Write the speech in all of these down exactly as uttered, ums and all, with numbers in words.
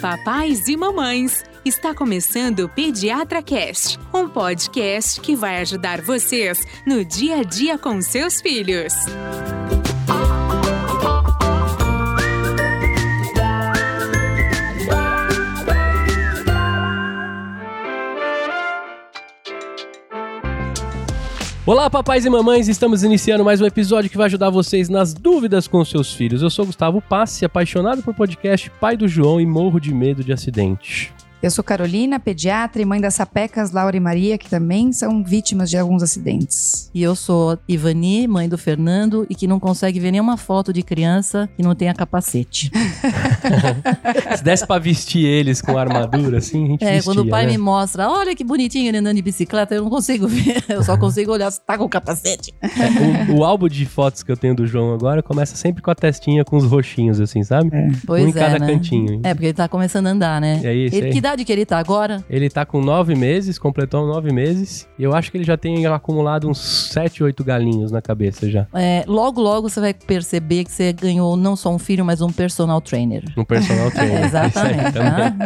papais e mamães! Está começando o PediatraCast, um podcast que vai ajudar vocês no dia a dia com seus filhos. Olá, papais e mamães! Estamos iniciando mais um episódio que vai ajudar vocês nas dúvidas com seus filhos. Eu sou Gustavo Passi, apaixonado por podcast, pai do João e morro de medo de acidente. Eu sou Carolina, pediatra e mãe das sapecas Laura e Maria, que também são vítimas de alguns acidentes. E eu sou Ivani, mãe do Fernando, e que não consegue ver nenhuma foto de criança que não tenha capacete. Se desse pra vestir eles com armadura, assim, a gente É, vestia, quando o pai né? me mostra, olha que bonitinho ele andando de bicicleta, eu não consigo ver, eu só consigo olhar se tá com capacete. É, o, o álbum de fotos que eu tenho do João agora começa sempre com a testinha com os roxinhos, assim, sabe? É. Pois um em é, cada né? cantinho. É, porque ele tá começando a andar, né? É isso, ele, é. Que idade que ele tá agora? Ele tá com nove meses, completou nove meses, e eu acho que ele já tem acumulado uns sete, oito galinhos na cabeça já. É, logo, logo você vai perceber que você ganhou não só um filho, mas um personal trainer. Um personal trainer. É, exatamente. Isso aí também.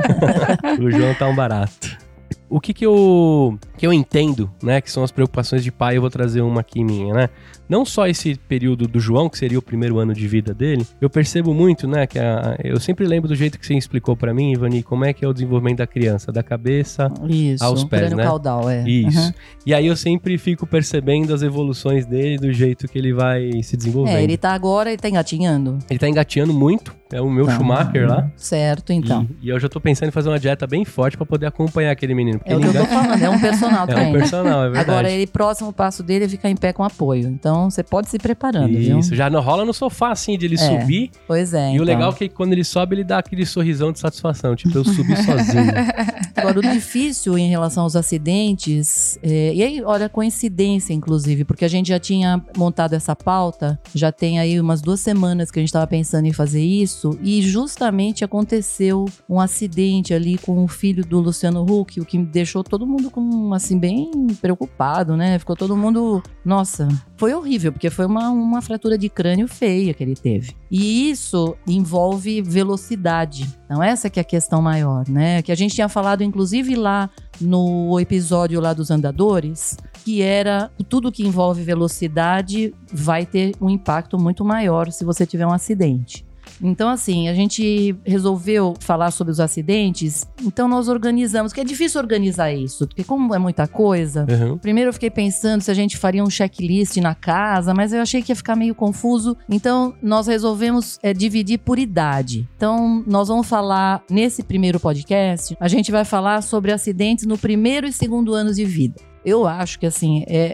Ah, é. O João tá um barato. O que que eu, que eu entendo, né, que são as preocupações de pai, eu vou trazer uma aqui minha, né? Não só esse período do João, que seria o primeiro ano de vida dele, eu percebo muito, né, que a, eu sempre lembro do jeito que você explicou pra mim, Ivani, como é que é o desenvolvimento da criança, da cabeça Isso, aos pés, crânio né? caudal, é. Isso. Uhum. E aí eu sempre fico percebendo as evoluções dele, do jeito que ele vai se desenvolvendo. É, ele tá agora, ele tá engatinhando. Ele tá engateando muito, é o meu Então, Schumacher lá. Certo, então. E, e eu já tô pensando em fazer uma dieta bem forte pra poder acompanhar aquele menino. Porque É o que ele eu tô engata... falando, é um personal É trainer. um personal, é verdade. Agora, ele, próximo passo dele é ficar em pé com apoio. Então, você pode se preparando, viu? Isso, já não rola no sofá, assim, de ele É, subir. Pois é, E então. o legal é que quando ele sobe, ele dá aquele sorrisão de satisfação. Tipo, eu subi sozinho. Agora, o difícil em relação aos acidentes, é, e aí, olha, coincidência, inclusive, porque a gente já tinha montado essa pauta, já tem aí umas duas semanas que a gente estava pensando em fazer isso, e justamente aconteceu um acidente ali com o filho do Luciano Huck, o que deixou todo mundo com, assim, bem preocupado, né? Ficou todo mundo, nossa, foi horrível, porque foi uma, uma fratura de crânio feia que ele teve. E isso envolve velocidade. Então essa que é a questão maior, né? Que a gente tinha falado, inclusive, lá no episódio lá dos andadores, que era tudo que envolve velocidade vai ter um impacto muito maior se você tiver um acidente. Então, assim, a gente resolveu falar sobre os acidentes, então nós organizamos, porque é difícil organizar isso, porque como é muita coisa, Uhum. primeiro eu fiquei pensando se a gente faria um checklist na casa, mas eu achei que ia ficar meio confuso, então nós resolvemos é, dividir por idade. Então, nós vamos falar, nesse primeiro podcast, a gente vai falar sobre acidentes no primeiro e segundo anos de vida. Eu acho que, assim, é,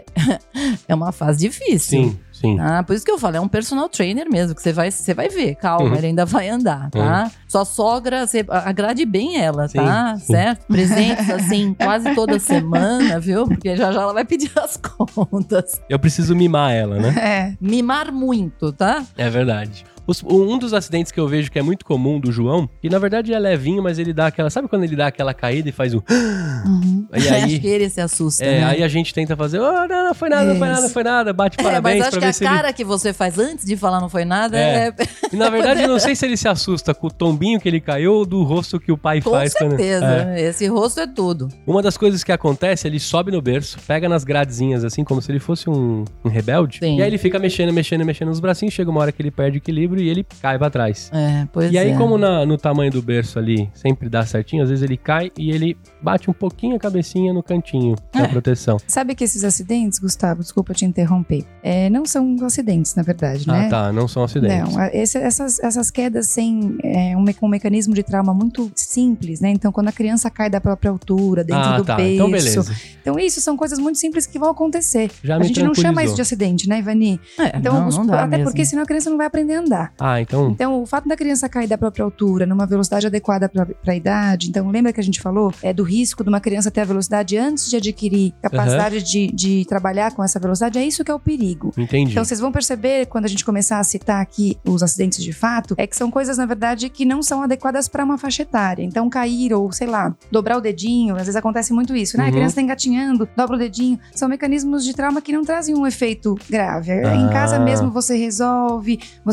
é uma fase difícil. Sim, sim. Ah, por isso que eu falo, é um personal trainer mesmo, que você vai, você vai ver, calma, Uhum. ele ainda vai andar, tá? Uhum. Sua sogra, você agrade bem ela, Sim, tá? sim. Certo? Presentes, assim, quase toda semana, viu? Porque já já ela vai pedir as contas. Eu preciso mimar ela, né? É. Mimar muito, tá? É verdade. Os- um dos acidentes que eu vejo que é muito comum do João, que na verdade é levinho, mas ele dá aquela... Sabe quando ele dá aquela caída e faz um... Uhum. E aí- Acho que ele se assusta, É, né? aí a gente tenta fazer... Oh, não, não foi nada, não foi Isso. nada, não foi nada. Bate É, parabéns mas acho pra que ver a se ele... cara que você faz antes de falar não foi nada É. é... E, na verdade, eu não sei se ele se assusta com o tombinho que ele caiu ou do rosto que o pai Com faz. quando- certeza, É. esse rosto é tudo. Uma das coisas que acontece, ele sobe no berço, pega nas gradezinhas assim, como se ele fosse um, um rebelde. Sim. E aí ele fica mexendo, mexendo, mexendo nos bracinhos, chega uma hora que ele perde o equilíbrio e ele cai pra trás. É, pois E aí, é. como na- no tamanho do berço ali sempre dá certinho, às vezes ele cai e ele bate um pouquinho a cabecinha no cantinho da É. proteção. Sabe que esses acidentes, Gustavo, desculpa te interromper, é, não são acidentes, na verdade, Ah, né? tá, não são acidentes. Não, a- esse- essas, essas quedas sem é, um, me- um mecanismo de trauma muito simples, né? Então, quando a criança cai da própria altura, dentro ah, do tá, berço. então beleza. Então, isso são coisas muito simples que vão acontecer. Já a me gente não chama tranquilizou. isso de acidente, né, Ivani? É, Então, não, os- não dá até mesmo. porque senão a criança não vai aprender a andar. Ah, então... Então, o fato da criança cair da própria altura, numa velocidade adequada para a idade, então lembra que a gente falou é do risco de uma criança ter a velocidade antes de adquirir capacidade de, de trabalhar com essa velocidade, é isso que é o perigo. Entendi. Então, vocês vão perceber, quando a gente começar a citar aqui os acidentes de fato, é que são coisas, na verdade, que não são adequadas para uma faixa etária. Então, cair ou, sei lá, dobrar o dedinho, às vezes acontece muito isso, né? Uhum. A criança tá engatinhando, dobra o dedinho. São mecanismos de trauma que não trazem um efeito grave. Ah. Em casa mesmo você resolve, você acalma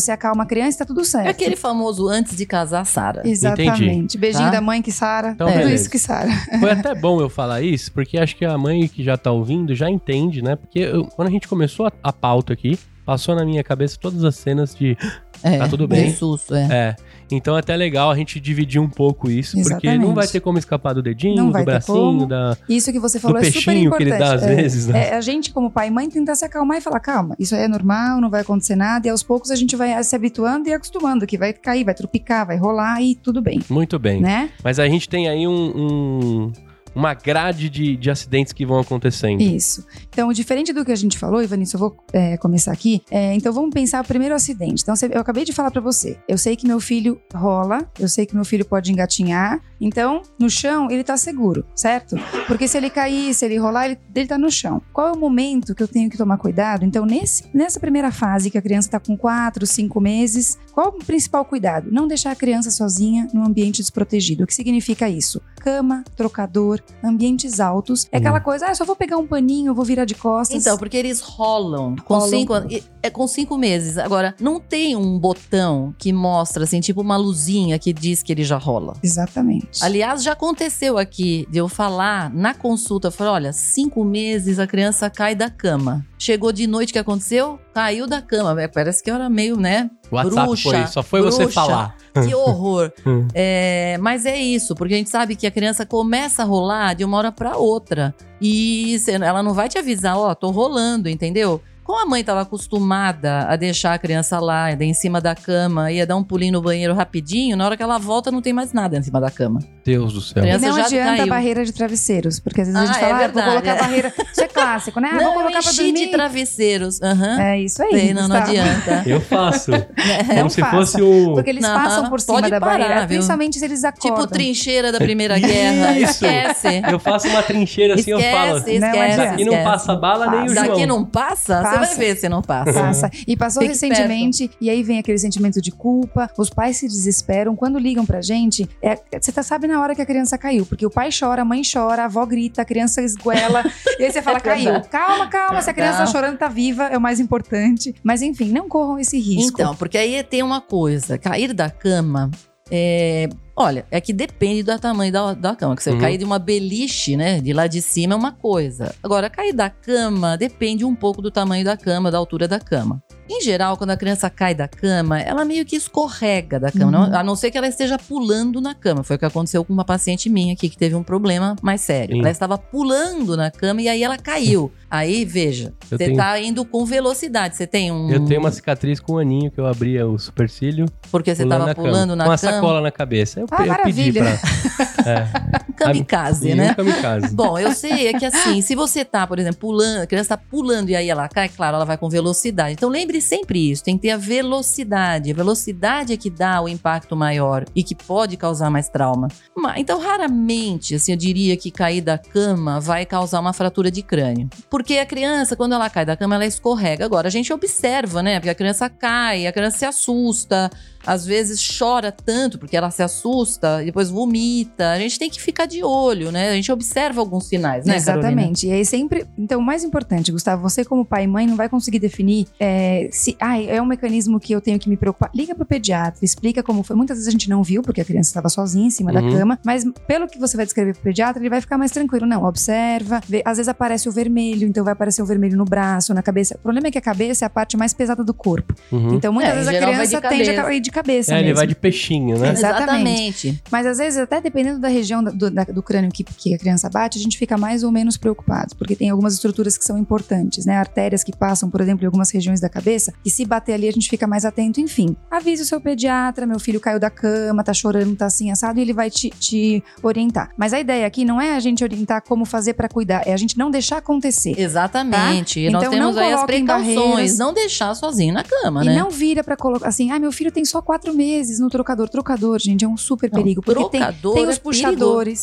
uma criança, tá tudo certo. É aquele famoso antes de casar, Sara. Exatamente. Entendi. Beijinho Tá? da mãe que Sara. Então, tudo beleza. isso que Sara. Foi até bom eu falar isso, porque acho que a mãe que já tá ouvindo já entende, né? Porque eu- quando a gente começou a, a pauta aqui, passou na minha cabeça todas as cenas de É, tá tudo bem. bem susto, é. É, então é até legal a gente dividir um pouco isso, porque Exatamente. não vai ter como escapar do dedinho, Não do vai ter bracinho, como. da... Isso que você falou Do é super peixinho que importante. ele dá às é, vezes, né? é a gente, como pai e mãe, tentar se acalmar e falar, calma, isso aí é normal, não vai acontecer nada. E aos poucos a gente vai se habituando e acostumando, que vai cair, vai tropicar, vai rolar e tudo bem, Muito bem. né? Mas a gente tem aí um, um- uma grade de, de acidentes que vão acontecendo. Isso. Então, diferente do que a gente falou, Ivanice, eu vou é, começar aqui. É, então, vamos pensar o primeiro acidente. Então, você- eu acabei de falar pra você. Eu sei que meu filho rola, eu sei que meu filho pode engatinhar. Então, no chão, ele tá seguro, certo? Porque se ele cair, se ele rolar, ele, ele tá no chão. Qual é o momento que eu tenho que tomar cuidado? Então, nesse, nessa primeira fase, que a criança tá com quatro, cinco meses, qual o principal cuidado? Não deixar a criança sozinha num ambiente desprotegido. O que significa isso? Cama, trocador, ambientes altos. É aquela coisa, ah, só vou pegar um paninho, vou virar de costas. Então, porque eles rolam com Rolam. cinco anos. e- É com cinco meses. Agora, não tem um botão que mostra, assim, tipo uma luzinha que diz que ele já rola. Exatamente. Aliás, já aconteceu aqui de eu falar na consulta, eu falei, olha, cinco meses a criança cai da cama. Chegou de noite, o que aconteceu? Caiu da cama. É, parece que eu era meio, né? O WhatsApp bruxa, foi, só foi você bruxa. falar. Que horror. Hum. É, mas é isso, porque a gente sabe que a criança começa a rolar de uma hora pra outra. E cê- ela não vai te avisar, ó, tô rolando, entendeu? Como a mãe estava acostumada a deixar a criança lá, em cima da cama, ia dar um pulinho no banheiro rapidinho, na hora que ela volta não tem mais nada em cima da cama. Deus do céu. E Criança não já adianta a caiu. barreira de travesseiros, porque às vezes a Ah, gente é fala, ah, vou verdade, colocar é. a barreira. Isso é clássico, né? Ah, vou não, colocar pra enchi dormir. de travesseiros. Aham. É isso aí. Sei, não, não Gustavo. adianta. Eu faço. É, Como se faça. fosse um... Porque eles Não, passam por cima pode da parar, barreira, viu? principalmente se eles acordam. tipo trincheira da Primeira Guerra. Isso. Esquece. Eu faço uma trincheira assim, eu falo. Esquece, Não esquece. adianta. Daqui não esquece. passa bala nem o Passa. João. Daqui não passa? Você Passa. vai ver se não passa. Passa. E passou Fique recentemente, e aí vem aquele sentimento de culpa, os pais se desesperam. Quando ligam pra gente, é, você tá, sabe na hora que a criança caiu, porque o pai chora, a mãe chora, a avó grita, a criança esguela, e aí você fala, É caiu. verdade. Calma, calma, se a criança tá Não. chorando, tá viva, é o mais importante. Mas enfim, não corram esse risco. Então, porque aí tem uma coisa, cair da cama, é, olha, é que depende do tamanho da, da cama. Que você Uhum. cair de uma beliche, né, de lá de cima é uma coisa. Agora, cair da cama depende um pouco do tamanho da cama, da altura da cama. Em geral, quando a criança cai da cama, ela meio que escorrega da cama, Uhum. não- a não ser que ela esteja pulando na cama. Foi o que aconteceu com uma paciente minha aqui, que teve um problema mais sério. Sim. Ela estava pulando na cama e aí ela caiu. Aí, veja, Eu você tenho- tá indo com velocidade. Você tem um... Eu tenho uma cicatriz com o aninho que eu abria o supercílio. Porque você pulando tava na cama, pulando na com a cama. sacola na cabeça. Eu, Ah, pe- eu pedi maravilha. pra... É, Um kamikaze, e né? um kamikaze. Bom, eu sei, é que assim, se você tá, por exemplo, pulando, a criança tá pulando e aí ela cai, claro, ela vai com velocidade. Então lembre sempre isso, tem que ter a velocidade. A velocidade é que dá o impacto maior e que pode causar mais trauma. Mas, então, raramente, assim, eu diria que cair da cama vai causar uma fratura de crânio. Porque a criança, quando ela cai da cama, ela escorrega. Agora, a gente observa, né? Porque a criança cai, a criança se assusta, às vezes chora tanto porque ela se assusta, depois vomita. A gente tem que ficar de olho, né? A gente observa alguns sinais, né, Carolina? Exatamente. E aí sempre. Então, o mais importante, Gustavo, você, como pai e mãe, não vai conseguir definir é, se. Ah, é um mecanismo que eu tenho que me preocupar. Liga pro pediatra, explica como foi. Muitas vezes a gente não viu, porque a criança estava sozinha em cima Uhum. da cama, mas pelo que você vai descrever pro pediatra, ele vai ficar mais tranquilo. Não, observa. Vê, às vezes aparece o vermelho, então vai aparecer o vermelho no braço, na cabeça. O problema é que a cabeça é a parte mais pesada do corpo. Uhum. Então, muitas É, em vezes a geral vai criança de tende a cabeça. cair de cabeça É, mesmo. ele vai de peixinho, né? Exatamente. Mas às vezes, até dependendo da região da- do, da- do crânio que, que a criança bate, a gente fica mais ou menos preocupado, porque tem algumas estruturas que são importantes, né? Artérias que passam, por exemplo, em algumas regiões da cabeça, e se bater ali a gente fica mais atento, enfim. Avise o seu pediatra, meu filho caiu da cama, tá chorando, tá assim assado, e ele vai te, te orientar. Mas a ideia aqui não é a gente orientar como fazer pra cuidar, é a gente não deixar acontecer. Exatamente. E nós Então, temos não aí as coloquem precauções. barreiras. Não deixar sozinho na cama, E né? não vira pra colocar assim, ah, meu filho tem só quatro meses no trocador. Trocador, gente, é um super Não, perigo, porque tem, trocador tem é os puxadores.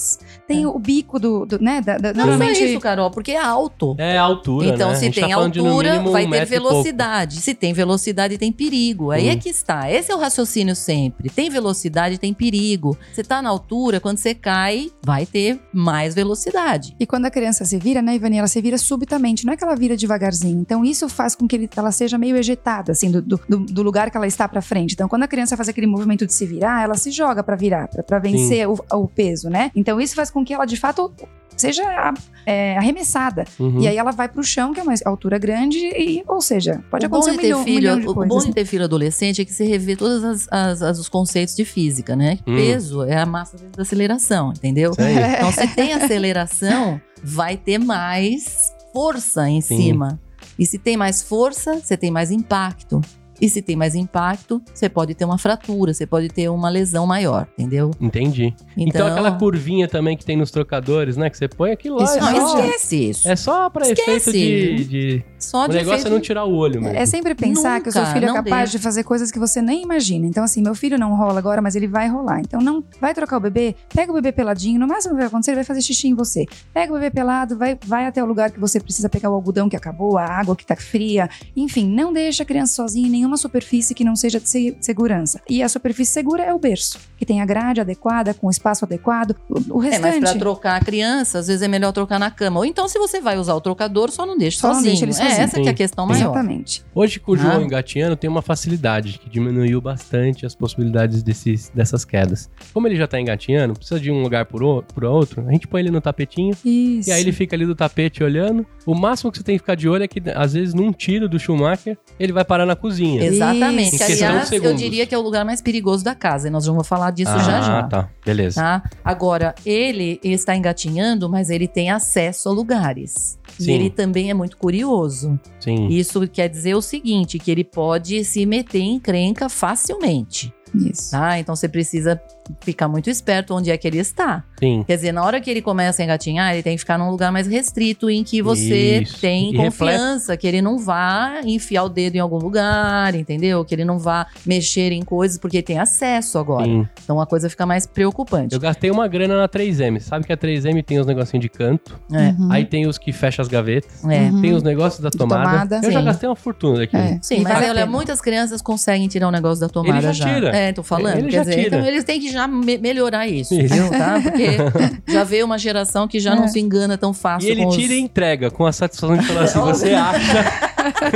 pés. Tem o bico do, do né? Da, da, Não normalmente... é isso, Carol, porque é alto. É a altura, Então, né? se tem tá altura, mínimo, vai um ter velocidade. Se tem velocidade, tem perigo. Aí Hum. é que está. Esse é o raciocínio sempre. Tem velocidade, tem perigo. Você tá na altura, quando você cai, vai ter mais velocidade. E quando a criança se vira, né, Ivani, ela se vira subitamente, não é que ela vira devagarzinho. Então isso faz com que ele, ela seja meio ejetada, assim, do, do, do lugar que ela está pra frente. Então quando a criança faz aquele movimento de se virar, ela se joga pra virar, pra, pra vencer o, o peso, né? Então isso faz com que ela, de fato, seja é, arremessada. Uhum. E aí ela vai pro chão, que é uma altura grande, e, ou seja, pode o bom acontecer de um ter milhão, um filho, milhão de O coisas. bom de ter filho adolescente é que você revê todos as, as, as- os conceitos de física, né? Hum. Peso é a massa vezes a aceleração, entendeu? Isso aí. Então, se tem aceleração, vai ter mais força em Sim. cima. E se tem mais força, você tem mais impacto. E se tem mais impacto, você pode ter uma fratura, você pode ter uma lesão maior, entendeu? Entendi. Então, aquela curvinha também que tem nos trocadores, né? Que você põe aquilo lá. Isso é Não, só- esquece isso. É só pra Esquece. efeito de... de... Só O de negócio efeito- é não tirar o olho mesmo. É sempre pensar que o seu Nunca, filho é não capaz deixa. de fazer coisas que você nem imagina. Então, assim, meu filho não rola agora, mas ele vai rolar. Então, não vai trocar o bebê, pega o bebê peladinho. No máximo que vai acontecer, ele vai fazer xixi em você. Pega o bebê pelado, vai, vai até o lugar que você precisa pegar o algodão que acabou, a água que tá fria. Enfim, não deixa a criança sozinha em nenhuma superfície que não seja de se- segurança. E a superfície segura é o berço, que tem a grade adequada, com o espaço adequado. O, o É, restante... mas pra trocar a criança, às vezes é melhor trocar na cama. Ou então, se você vai usar o trocador, só não deixa Só não sozinho. deixa ele É, sozinho. essa que é a questão maior. Exatamente. Hoje, com o João Ah. engatinhando, tem uma facilidade que diminuiu bastante as possibilidades desses, dessas quedas. Como ele já tá engatinhando, precisa de um lugar por, o, por outro, a gente põe ele no tapetinho Isso. e aí ele fica ali do tapete olhando. O máximo que você tem que ficar de olho é que, às vezes, num tiro do Schumacher, ele vai parar na cozinha. Exatamente. Isso. Que, Em questão de aliás, eu segundos. diria que é o lugar mais perigoso da casa. E nós vamos falar disso ah, já já. tá. Beleza. Tá? Agora, ele está engatinhando, mas ele tem acesso a lugares. E Sim. ele também é muito curioso. Sim. Isso quer dizer o seguinte, que ele pode se meter em encrenca facilmente. Isso. Tá? Então você precisa ficar muito esperto onde é que ele está. Sim. Quer dizer, na hora que ele começa a engatinhar, ele tem que ficar num lugar mais restrito em que você Isso. tem E confiança, que ele não vá enfiar o dedo em algum lugar, entendeu? Que ele não vá mexer em coisas, porque tem acesso agora. Sim. Então a coisa fica mais preocupante. Eu gastei uma grana na três M. Sabe que a três M tem os negocinhos de canto, É. Uhum. aí tem os que fecham as gavetas, É. Uhum. tem os negócios da De tomada. tomada. Eu já Sim. gastei uma fortuna daqui. É. Sim, E mas vale a olha, pena. muitas crianças conseguem tirar o negócio da tomada Ele já tira. É, tô falando. Ele Quer já dizer, tira. então eles têm que já me- melhorar isso, Isso. viu? Tá? Porque já veio uma geração que já É. não se engana tão fácil E ele com os... tira e entrega com a satisfação de falar assim, você acha...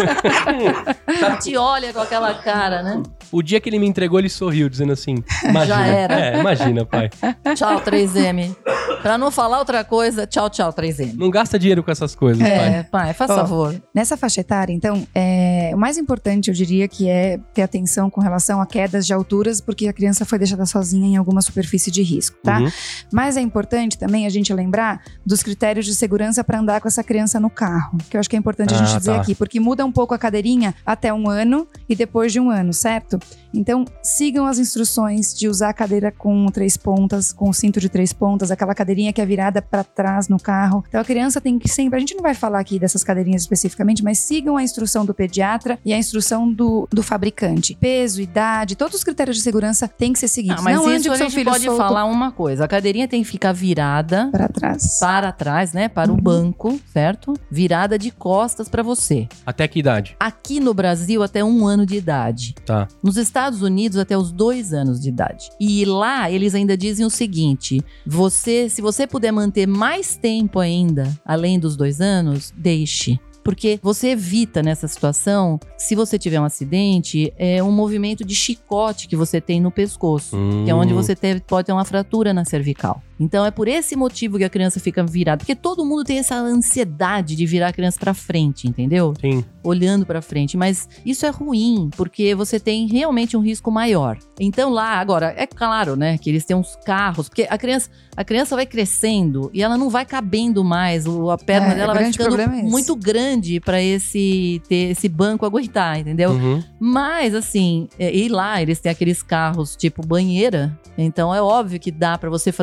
Te olha com aquela cara, né? O dia que ele me entregou, ele sorriu, dizendo assim, imagina. Já era. É, imagina, pai. Tchau, três M. Pra não falar outra coisa, tchau, tchau, três M. Não gasta dinheiro com essas coisas, pai. É, pai, faz Ó, favor. Nessa faixa etária, então, é, o mais importante, eu diria, que é ter atenção com relação a quedas de alturas, porque a criança foi deixada sozinha em alguma superfície de risco, tá? Uhum. Mas é importante também a gente lembrar dos critérios de segurança para andar com essa criança no carro, que eu acho que é importante a Ah, gente dizer tá. aqui, porque muda um pouco a cadeirinha até um ano e depois de um ano, certo? Então, sigam as instruções de usar a cadeira com três pontas, com o cinto de três pontas, aquela cadeirinha que é virada para trás no carro. Então, a criança tem que sempre... A gente não vai falar aqui dessas cadeirinhas especificamente, mas sigam a instrução do pediatra e a instrução do, do fabricante. Peso, idade, todos os critérios de segurança têm que ser seguidos. Ah, mas não ande isso com a seu gente filho pode solto falar uma coisa. A cadeirinha tem que ficar virada para trás. para trás, né? Para Uhum. o banco, certo? Virada de costas pra você. Até que idade? Aqui no Brasil, até um ano de idade. Tá. Nos Estados Unidos, até os dois anos de idade. E lá, eles ainda dizem o seguinte: você, se você puder manter mais tempo ainda, além dos dois anos, deixe. Porque você evita nessa situação, se você tiver um acidente, é um movimento de chicote que você tem no pescoço. Hum. Que é onde você teve, pode ter uma fratura na cervical. Então é por esse motivo que a criança fica virada. Porque todo mundo tem essa ansiedade de virar a criança pra frente, entendeu? Sim. Olhando pra frente, mas isso é ruim, porque você tem realmente um risco maior. Então lá, agora, é claro, né, que eles têm uns carros, porque a criança, a criança vai crescendo e ela não vai cabendo mais, o- a perna É, dela o vai grande ficando problema é esse. muito grande pra esse ter esse banco aguentar, entendeu? Uhum. Mas assim, é, e lá eles têm aqueles carros tipo banheira, então é óbvio que dá pra você fazer isso até os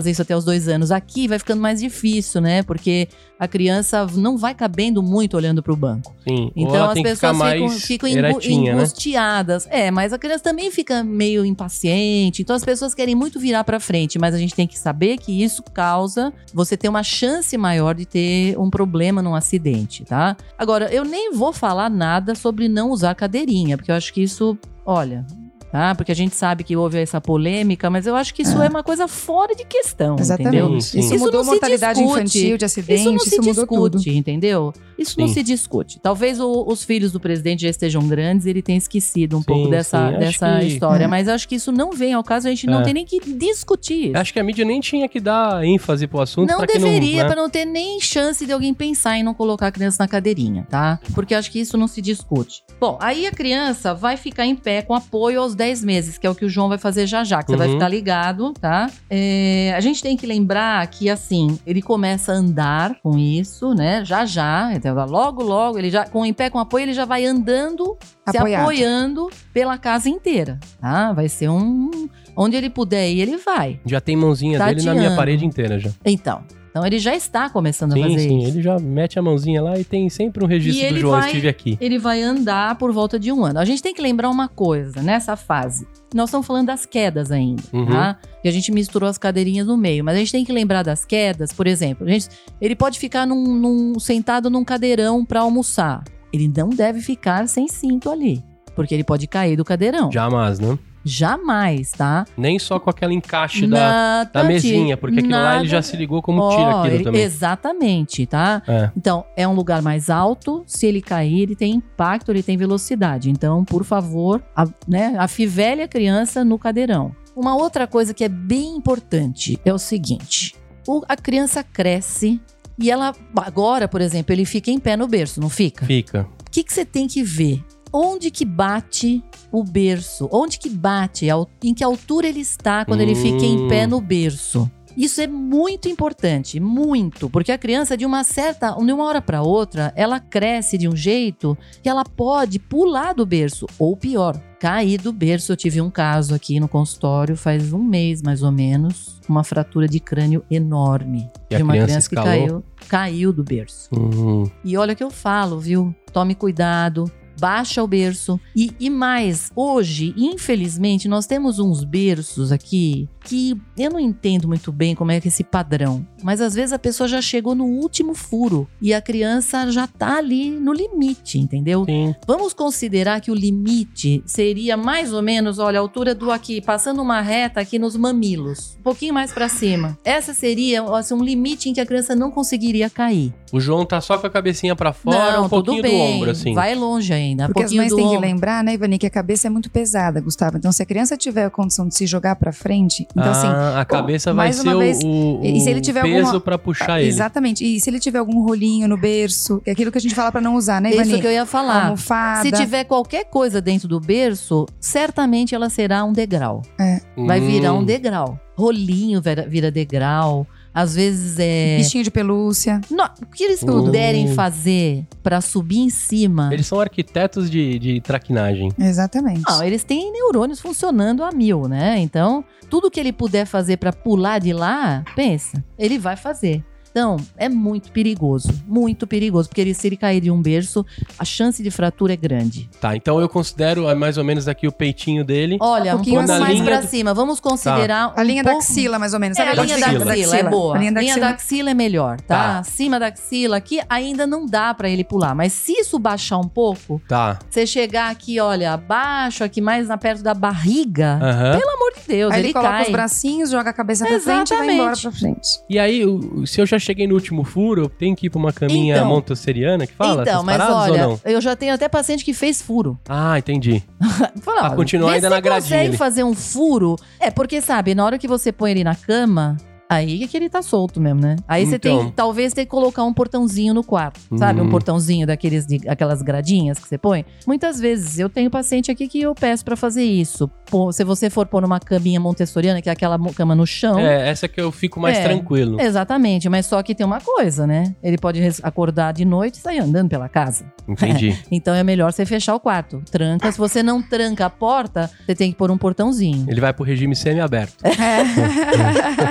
aos dois anos. Aqui vai ficando mais difícil, né? Porque a criança não vai cabendo muito olhando pro banco. Sim. Então as tem pessoas que ficam, mais ficam eretinha, angustiadas. Né? É, mas a criança também fica meio impaciente. Então as pessoas querem muito virar pra frente, mas a gente tem que saber que isso causa você ter uma chance maior de ter um problema num acidente, tá? Agora, eu nem vou falar nada sobre não usar cadeirinha, porque eu acho que isso, olha... Tá? Porque a gente sabe que houve essa polêmica, mas eu acho que isso é, é uma coisa fora de questão, Exatamente. entendeu? Sim, sim. Isso, Isso mudou não a mortalidade se discute. infantil de acidente, Isso não isso se mudou discute, tudo. entendeu? Isso Sim. não se discute. Talvez o, os filhos do presidente já estejam grandes e ele tenha esquecido um Sim, pouco dessa, sim. dessa que... história, É. mas eu acho que isso não vem ao caso, a gente não É. tem nem que discutir isso. Acho que a mídia nem tinha que dar ênfase pro assunto. Não pra que deveria, não, né? pra não ter nem chance de alguém pensar em não colocar a criança na cadeirinha, tá? Porque eu acho que isso não se discute. Bom, aí a criança vai ficar em pé com apoio aos dez meses, que é o que o João vai fazer já já, que você Uhum. vai ficar ligado, tá? É, a gente tem que lembrar que, assim, ele começa a andar com isso, né? Já já, então, logo, logo, ele já, com em pé com apoio, ele já vai andando, se Apoiado. apoiando pela casa inteira, tá? Vai ser um... Onde ele puder ir, ele vai. Já tem mãozinha dele na minha Tateando. parede inteira já. Então... Então ele já está começando a Sim, fazer sim. isso. Ele já mete a mãozinha lá e tem sempre um registro E do ele João, vai- estive aqui. Ele vai andar por volta de um ano. A gente tem que lembrar uma coisa nessa fase. Nós estamos falando das quedas ainda, Uhum. tá? E a gente misturou as cadeirinhas no meio. Mas a gente tem que lembrar das quedas, por exemplo. A gente, ele pode ficar num, num- sentado num cadeirão para almoçar. Ele não deve ficar sem cinto ali. Porque ele pode cair do cadeirão. Jamais, né? Jamais, tá? Nem só com aquela encaixe da, Nada da de- mesinha, porque aquilo lá ele já nada- se ligou como Ó, tira aquilo ele- também. Exatamente, tá? É. Então, é um lugar mais alto. Se ele cair, ele tem impacto, ele tem velocidade. Então, por favor, a, né, afivele a criança no cadeirão. Uma outra coisa que é bem importante é o seguinte: o- a criança cresce e ela, agora, por exemplo, ele fica em pé no berço, não fica? Fica. O que, que você tem que ver? Onde que bate o berço? Onde que bate? Al- Em que altura ele está quando ele fica em pé no berço? Isso é muito importante, muito, porque a criança de uma certa, de uma hora para outra, ela cresce de um jeito que ela pode pular do berço, ou pior, cair do berço. Eu tive um caso aqui no consultório faz um mês mais ou menos, uma fratura de crânio enorme E a de uma criança criança que escalou? caiu, caiu do berço. Hum. E olha o que eu falo, viu? Tome cuidado, baixa o berço. E, e mais, hoje, infelizmente, nós temos uns berços aqui que eu não entendo muito bem como é que é esse padrão. Mas às vezes a pessoa já chegou no último furo e a criança já tá ali no limite, entendeu? Sim. Vamos considerar que o limite seria mais ou menos, olha, a altura do aqui, passando uma reta aqui nos mamilos, um pouquinho mais pra cima. Essa seria assim, um limite em que a criança não conseguiria cair. O João tá só com a cabecinha pra fora, não, um pouquinho tudo bem. do ombro, assim. Vai longe ainda, um Porque as pouquinho mães do têm que ombro. lembrar, né, Ivani, que a cabeça é muito pesada, Gustavo. Então, se a criança tiver a condição de se jogar pra frente, então ah, assim, a cabeça vai mais ser uma o, vez, o, e se ele tiver peso alguma- pra puxar ele. exatamente. E se ele tiver algum rolinho no berço, que é aquilo que a gente fala pra não usar, né, Ivani? Isso que eu ia falar. Almofada. Se tiver qualquer coisa dentro do berço, certamente ela será um degrau. Vai virar um Hum. degrau. Rolinho vira, vira degrau. Às vezes é... Bichinho de pelúcia. Não, o que eles Tudo. puderem fazer pra subir em cima... Eles são arquitetos de, de traquinagem. Exatamente. Não, eles têm neurônios funcionando a mil, né? Então, tudo que ele puder fazer pra pular de lá, pensa, ele vai fazer. Então, é muito perigoso, muito perigoso, porque ele, se ele cair de um berço, a chance de fratura é grande. Tá, então eu considero ah, mais ou menos aqui o peitinho dele. Olha, Um um pouquinho pouco mais acima. pra cima, vamos considerar A um linha da pouco... axila, mais ou menos. É, Sabe a linha da axila. axila, é boa. A linha da axila. axila é melhor, tá? Tá. Acima da axila aqui ainda não dá pra ele pular. Mas se isso baixar um pouco, Tá. você chegar aqui, olha, abaixo, aqui mais na perto da barriga, Aham. pelo amor de Deus, Aí ele, ele coloca cai. os bracinhos, joga a cabeça pra frente e vai Exatamente. embora pra frente. E aí, o- se eu já cheguei no último furo, eu tenho que ir pra uma caminha Então. montessoriana que fala Então, essas mas paradas olha, ou não? eu já tenho até paciente que fez furo. Ah, entendi. Fala, Pra olha, continuar vê ainda se na gradinha consegue ali. fazer um furo. É, porque sabe, na hora que você põe ele na cama, aí é que ele tá solto mesmo, né? Aí você Então. tem, talvez, ter que colocar um portãozinho no quarto, sabe? Hum. Um portãozinho daqueles, de, aquelas gradinhas que você põe. Muitas vezes, eu tenho paciente aqui que eu peço pra fazer isso. Pô, se você for pôr numa caminha montessoriana, que é aquela mo- cama no chão. É, essa que eu fico mais É. tranquilo. Exatamente, mas só que tem uma coisa, né? Ele pode res- acordar de noite e sair andando pela casa. Entendi. Então é melhor você fechar o quarto. Tranca. Se você não tranca a porta, você tem que pôr um portãozinho. Ele vai pro regime semi-aberto.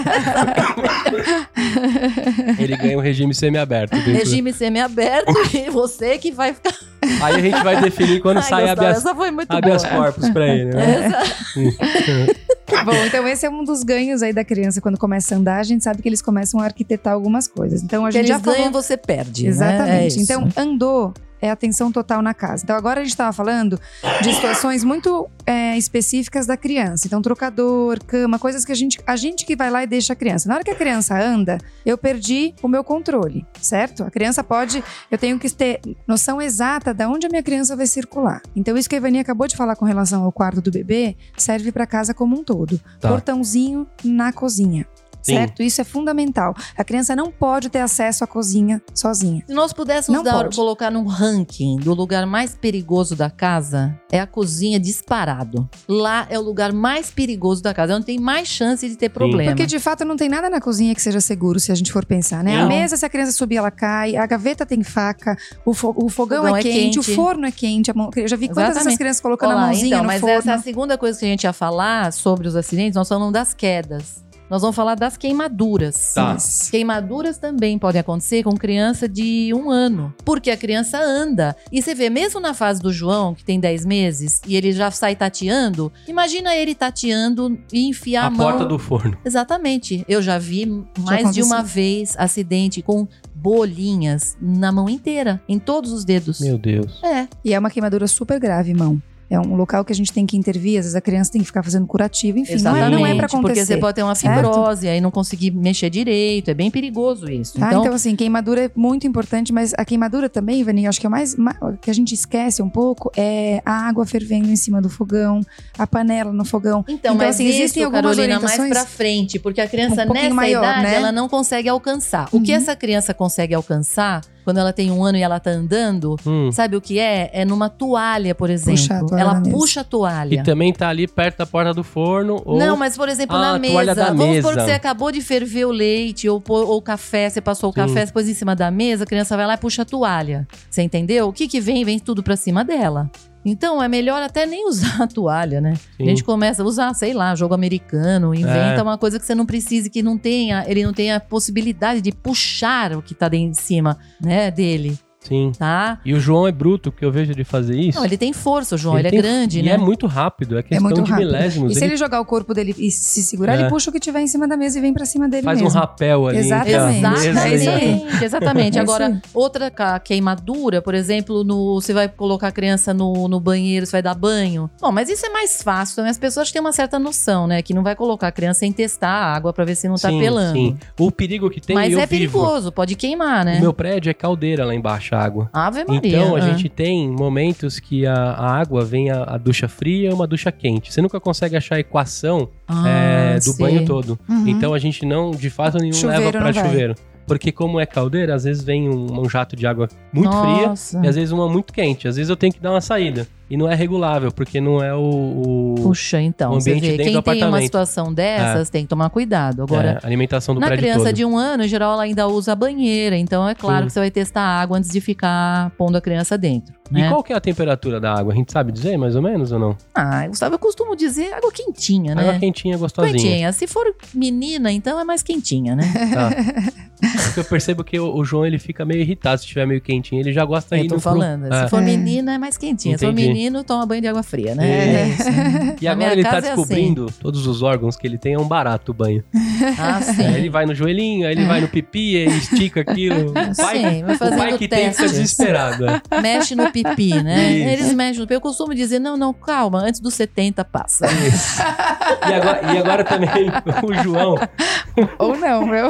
Ele ganha um regime semi-aberto. dentro- Regime semi-aberto e você que vai ficar... Aí a gente vai definir quando Ai, sai Gustavo, habeas, essa foi muito habeas boa. corpus pra ele, né? Bom, então esse é um dos ganhos aí da criança. Quando começa a andar, a gente sabe que eles começam a arquitetar algumas coisas. Então a Que gente eles já falou... ganham, você perde. Exatamente. Né? É isso. Então, andou é atenção total na casa. Então, agora a gente estava falando de situações muito é, específicas da criança. Então, trocador, cama, coisas que a gente, a gente que vai lá e deixa a criança. Na hora que a criança anda, eu perdi o meu controle, certo? A criança pode... Eu tenho que ter noção exata de onde a minha criança vai circular. Então, isso que a Ivani acabou de falar com relação ao quarto do bebê, serve para a casa como um todo. Tá. Portãozinho na cozinha. Sim. Certo? Isso é fundamental. A criança não pode ter acesso à cozinha sozinha. Se nós pudéssemos Não dar, pode. colocar num ranking do lugar mais perigoso da casa, é a cozinha disparado. Lá é o lugar mais perigoso da casa, onde tem mais chance de ter problema. Porque de fato não tem nada na cozinha que seja seguro, se a gente for pensar, né? Não. A mesa, se a criança subir, ela cai. A gaveta tem faca. O, fo- o fogão, Fogão é, é quente, quente. O forno é quente. A mão- eu já vi quantas Exatamente. essas crianças colocando Olha a lá, mãozinha então, no mas forno. essa é a segunda coisa que a gente ia falar sobre os acidentes. Nós falamos das quedas. Nós vamos falar das queimaduras. Tá. Isso. Queimaduras também podem acontecer com criança de um ano. Porque a criança anda. E você vê, mesmo na fase do João, que tem dez meses, e ele já sai tateando, imagina ele tateando e enfiar a, A mão... porta do forno. Exatamente. Eu já vi mais de uma aconteceu. vez acidente com bolinhas na mão inteira, em todos os dedos. Meu Deus. É. E é uma queimadura super grave, mão. É um local que a gente tem que intervir. Às vezes a criança tem que ficar fazendo curativo. Enfim, não é, não é pra acontecer. Porque você pode ter uma certo? fibrose, aí não conseguir mexer direito. É bem perigoso isso. Tá, Então, então, assim, queimadura é muito importante, mas a queimadura também, Ivani, acho que é o mais ma- que a gente esquece um pouco é a água fervendo em cima do fogão, a panela no fogão. então, Então, mas assim, existem isso, algumas Carolina, mais orientações- pra frente. Porque a criança Um pouquinho nessa maior, idade, né? ela não consegue alcançar. O que Uhum. essa criança consegue alcançar, quando ela tem um ano e ela tá andando, Hum. sabe o que é? É numa toalha, por exemplo. Puxar a toalha ela na mesa. puxa a toalha. E também tá ali perto da porta do forno. Ou... Não, mas por exemplo, Ah, na a toalha mesa. da Vamos mesa. supor que você acabou de ferver o leite ou, pô- ou o café, você passou o Sim. café, você pôs em cima da mesa, a criança vai lá e puxa a toalha. Você entendeu? O que que vem? Vem tudo pra cima dela. Então, é melhor até nem usar a toalha, né? Sim. A gente começa a usar, sei lá, jogo americano, inventa É. uma coisa que você não precise, que não tenha, ele não tenha a possibilidade de puxar o que tá em cima, né, dele, Sim. tá? E o João é bruto, porque eu vejo ele fazer isso. Não, ele tem força, o João, ele, tem- é grande, e né? é muito rápido, é questão muito de rápido. milésimos. E se ele ele jogar o corpo dele e se segurar, É. ele puxa o que tiver em cima da mesa e vem pra cima dele faz mesmo. um rapel ali entre a Exatamente. mesa e- Exatamente, exatamente. É isso Agora, aí. outra ca- queimadura, por exemplo, no, você vai colocar a criança no, no banheiro, você vai dar banho. Bom, mas isso é mais fácil também. As pessoas têm uma certa noção, né? Que não vai colocar a criança sem testar a água pra ver se não tá Sim, pelando. sim. O perigo que tem, Mas eu é vivo. perigoso, pode queimar, né? O meu prédio é caldeira lá embaixo, a água. Ave Maria. Então, a ah. gente tem momentos que a, a água vem a, a ducha fria e uma ducha quente. Você nunca consegue achar a equação Ah, é, do sei. banho todo. Uhum. Então, a gente não, de fato nenhum, Chuveiro leva pra não vai. chuveiro. Porque como é caldeira, às vezes vem um, um jato de água muito Nossa. fria e às vezes uma muito quente. Às vezes eu tenho que dar uma saída. E não é regulável, porque não é o... o Puxa, então, o você ambiente vê, dentro quem do tem uma apartamento. situação dessas tem que tomar cuidado. Agora, é, a alimentação do na prédio criança todo. de um ano, em geral, ela ainda usa a banheira. Então, é claro Sim. que você vai testar a água antes de ficar pondo a criança dentro, E né? qual que é a temperatura da água? A gente sabe dizer, mais ou menos, ou não? Ah, Gustavo, eu costumo dizer água quentinha, né? Água quentinha, gostosinha. Quentinha. Se for menina, então é mais quentinha, né? Tá. Porque eu percebo que o, o João, ele fica meio irritado se estiver meio quentinho. Ele já gosta Eu de ir tô no falando. Pro... Se É. for menina, é mais quentinha. Se for Entendi. menino, toma banho de água fria, né? É. É isso. né? E Na agora minha ele tá casa é descobrindo todos os órgãos que ele tem, é um barato o banho. assim. Ah, sim. Aí ele vai no joelhinho, aí ele vai no pipi, aí estica aquilo. O pai, Sim, vai o pai fazendo que tem fica testes. desesperado. é. Mexe no pipi, né? Isso. Eles mexem no pipi. Eu costumo dizer, não, não, calma, antes dos setenta passa. E agora, e agora também o João, Ou não, meu.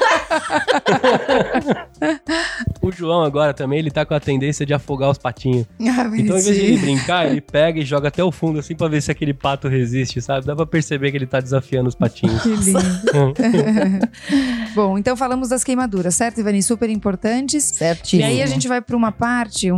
o João agora também, ele tá com a tendência de afogar os patinhos. Ah, Então, ao invés de ele bonitinho. brincar, ele pega e joga até o fundo, assim, pra ver se aquele pato resiste, sabe? Dá pra perceber que ele tá desafiando os patinhos. Que lindo. Bom, então falamos das queimaduras, certo, Ivani? Super importantes. Certinho. E aí a gente vai para uma parte, uma,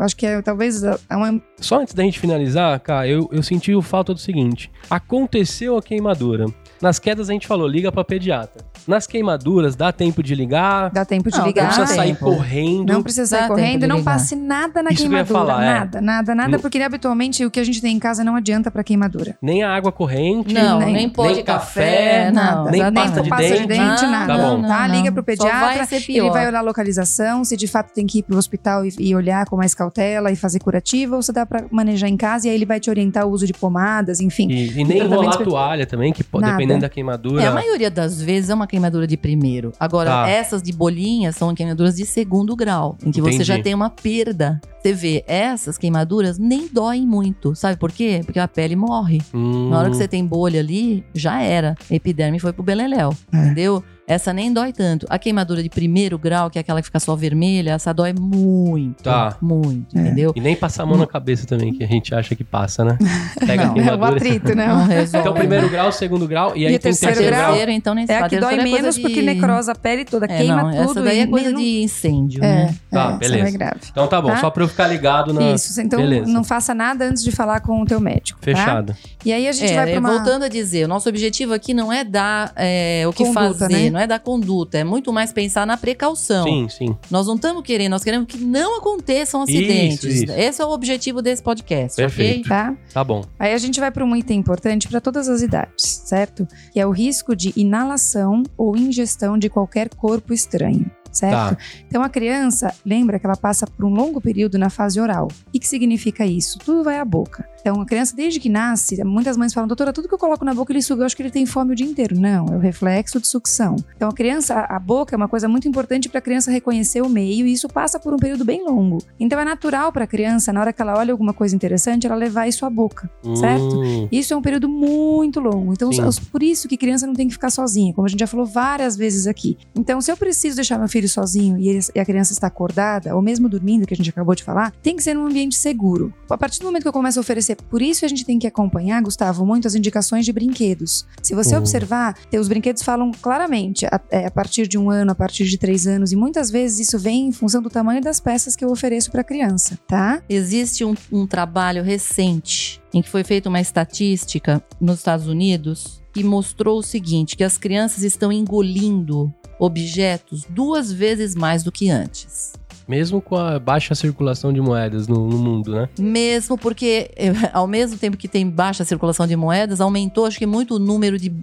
acho que é talvez é uma... Só antes da gente finalizar, cara, eu, eu senti o falta do seguinte. Aconteceu a queimadura. Nas quedas a gente falou, liga pra pediatra. Nas queimaduras, dá tempo de ligar? Dá tempo de Não, ligar. Não precisa sair tempo. correndo. Não precisa sair Dá correndo tempo e de não ligar. passe nada na Isso que eu ia queimadura. falar, é. Nada, nada, nada, No- porque habitualmente o que a gente tem em casa não adianta pra queimadura. Nem a água corrente. Não, nem- nem pó de nem café, café, não. nem nem pasta de pasta de dente. dente, nada. Tá bom. Tá? Liga pro Só vai pediatra, ser ele pior. vai olhar a localização, se de fato tem que ir pro hospital e, e olhar com mais cautela e fazer curativa, ou se dá pra manejar em casa e aí ele vai te orientar o uso de pomadas, enfim. E, e nem Tratamento enrolar a espe- toalha também, que pode, Nada. dependendo da queimadura. É, a maioria das vezes é uma queimadura de primeiro. Agora, Tá. essas de bolinha são queimaduras de segundo grau, em que Entendi. você já tem uma perda. Você vê, essas queimaduras nem doem muito. Sabe por quê? Porque a pele morre. Hum, Na hora que você tem bolha ali, já era. A epiderme foi pro beleléu, É. entendeu? Essa nem dói tanto. A queimadura de primeiro grau, que é aquela que fica só vermelha, essa dói muito. Tá. Muito, É. entendeu? E nem passar a mão na cabeça também, que a gente acha que passa, né? Pega a Não, É o queimadura. atrito, né? Não resolve. Então, primeiro grau, segundo grau, e aí E o tem terceiro terceiro grau. Terceiro, então nem se É fala. a que dói Terceiro é coisa menos de- porque necrosa a pele toda, É, queima não, tudo. essa daí e é coisa nem- de incêndio, É, né? Tá, é, beleza. essa é grave. Então tá bom, Tá? só pra eu ficar ligado na... Isso, então Beleza. não faça nada antes de falar com o teu médico. tá? Fechado. E aí a gente É, vai pra uma... voltando a dizer, o nosso objetivo aqui não é dar é, o que Conduta, fazer, né? não é dar conduta, é muito mais pensar na precaução. Sim, sim. Nós não estamos querendo, nós queremos que não aconteçam acidentes. Isso, isso. Esse é o objetivo desse podcast, Perfeito. ok? Tá? Tá bom. Aí a gente vai para um item importante para todas as idades, certo? Que é o risco de inalação ou ingestão de qualquer corpo estranho. Certo? Tá. Então a criança, lembra que ela passa por um longo período na fase oral. O que significa isso? Tudo vai à boca. Então a criança, desde que nasce, muitas mães falam, doutora, tudo que eu coloco na boca ele suga, eu acho que ele tem fome o dia inteiro. Não, é o reflexo de sucção. Então a criança, a boca é uma coisa muito importante para a criança reconhecer o meio e isso passa por um período bem longo. Então é natural para a criança, na hora que ela olha alguma coisa interessante, ela levar isso à boca, certo? Hum, Isso é um período muito longo. Então, Sim. os- por isso que criança não tem que ficar sozinha, como a gente já falou várias vezes aqui. Então, se eu preciso deixar meu filho sozinho e, ele- e a criança está acordada, ou mesmo dormindo, que a gente acabou de falar, tem que ser num ambiente seguro. A partir do momento que eu começo a oferecer, por isso a gente tem que acompanhar, Gustavo, muito as indicações de brinquedos. Se você Uhum. observar, te- os brinquedos falam claramente a, é, a partir de um ano, a partir de três anos, e muitas vezes isso vem em função do tamanho das peças que eu ofereço para a criança, tá? Existe um, um trabalho recente em que foi feita uma estatística nos Estados Unidos que mostrou o seguinte, que as crianças estão engolindo objetos duas vezes mais do que antes. Mesmo com a baixa circulação de moedas no, no mundo, né? Mesmo porque, eh, ao mesmo tempo que tem baixa circulação de moedas, aumentou, acho que muito o número de,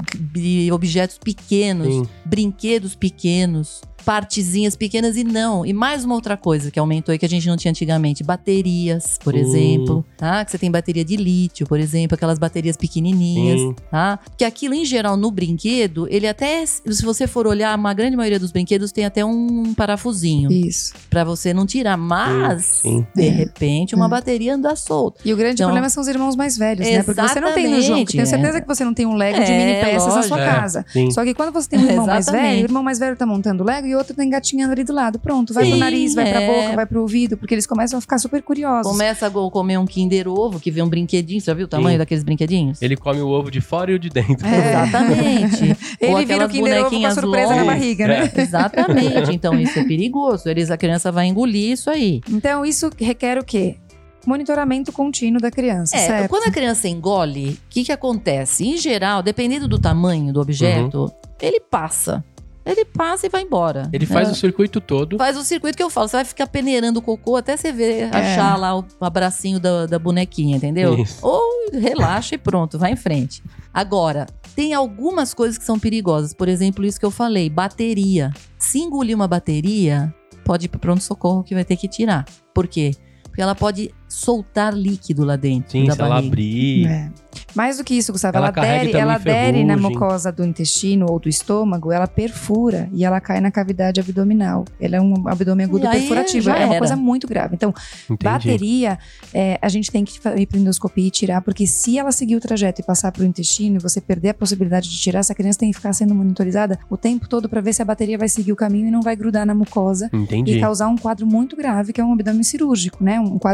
de objetos pequenos, Sim. brinquedos pequenos, partezinhas pequenas e não. E mais uma outra coisa que aumentou e que a gente não tinha antigamente, baterias, por Hum. exemplo, tá? Que você tem bateria de lítio, por exemplo, aquelas baterias pequenininhas, Sim. tá? Que aquilo, em geral, no brinquedo, ele até, se você for olhar, uma grande maioria dos brinquedos tem até um parafusinho Isso. pra você não tirar, mas, Sim, sim. de repente, uma É. bateria anda solta. E o grande Então- problema são os irmãos mais velhos, né? Porque você não tem no João. Exatamente, Tenho certeza é. que você não tem um Lego de É, mini peças na sua lógico. casa. Sim. Só que quando você tem um irmão mais Exatamente. velho, o irmão mais velho tá montando Lego e o outro tá engatinhando ali do lado. Pronto, vai pro Sim, nariz, vai pra é. boca, vai pro ouvido, porque eles começam a ficar super curiosos. Começa a go- comer um Kinder Ovo, que vem um brinquedinho. Você já viu o tamanho Sim. daqueles brinquedinhos? Ele come o ovo de fora e o de dentro. É. Exatamente. Ou Ele vira o aquelas Kinder Ovo com a bonequinhas surpresa na longas. barriga, né? É. Exatamente. Então isso é perigoso. Eles, a criança vai engolir isso aí. Então isso requer o quê? Monitoramento contínuo da criança, É, certo? quando a criança engole, o que que acontece? Em geral, dependendo do tamanho do objeto, ele passa. Ele passa e vai embora. Ele faz É. o circuito todo. Faz o circuito que eu falo. Você vai ficar peneirando o cocô até você ver, achar lá o abracinho da, da bonequinha, entendeu? Isso. Ou relaxa e pronto, vai em frente. Agora, tem algumas coisas que são perigosas. Por exemplo, isso que eu falei, bateria. Se engolir uma bateria, pode ir pro pronto-socorro que vai ter que tirar. Por quê? Porque ela pode soltar líquido lá dentro Sim, da se ela barriga. abrir. É. Mais do que isso, Gustavo, Ela ela, carrega adere, também ela adere na ferrugem. mucosa do intestino ou do estômago, ela perfura e ela cai na cavidade abdominal. Ela é um abdômen agudo E aí perfurativo. já É uma era. coisa muito grave. Então, Entendi. bateria, é, a gente tem que fa- ir para endoscopia e tirar, porque se ela seguir o trajeto e passar para o intestino e você perder a possibilidade de tirar, essa criança tem que ficar sendo monitorizada o tempo todo para ver se a bateria vai seguir o caminho e não vai grudar na mucosa Entendi. e causar um quadro muito grave, que é um abdômen cirúrgico, né? Um quadro cirúrgico.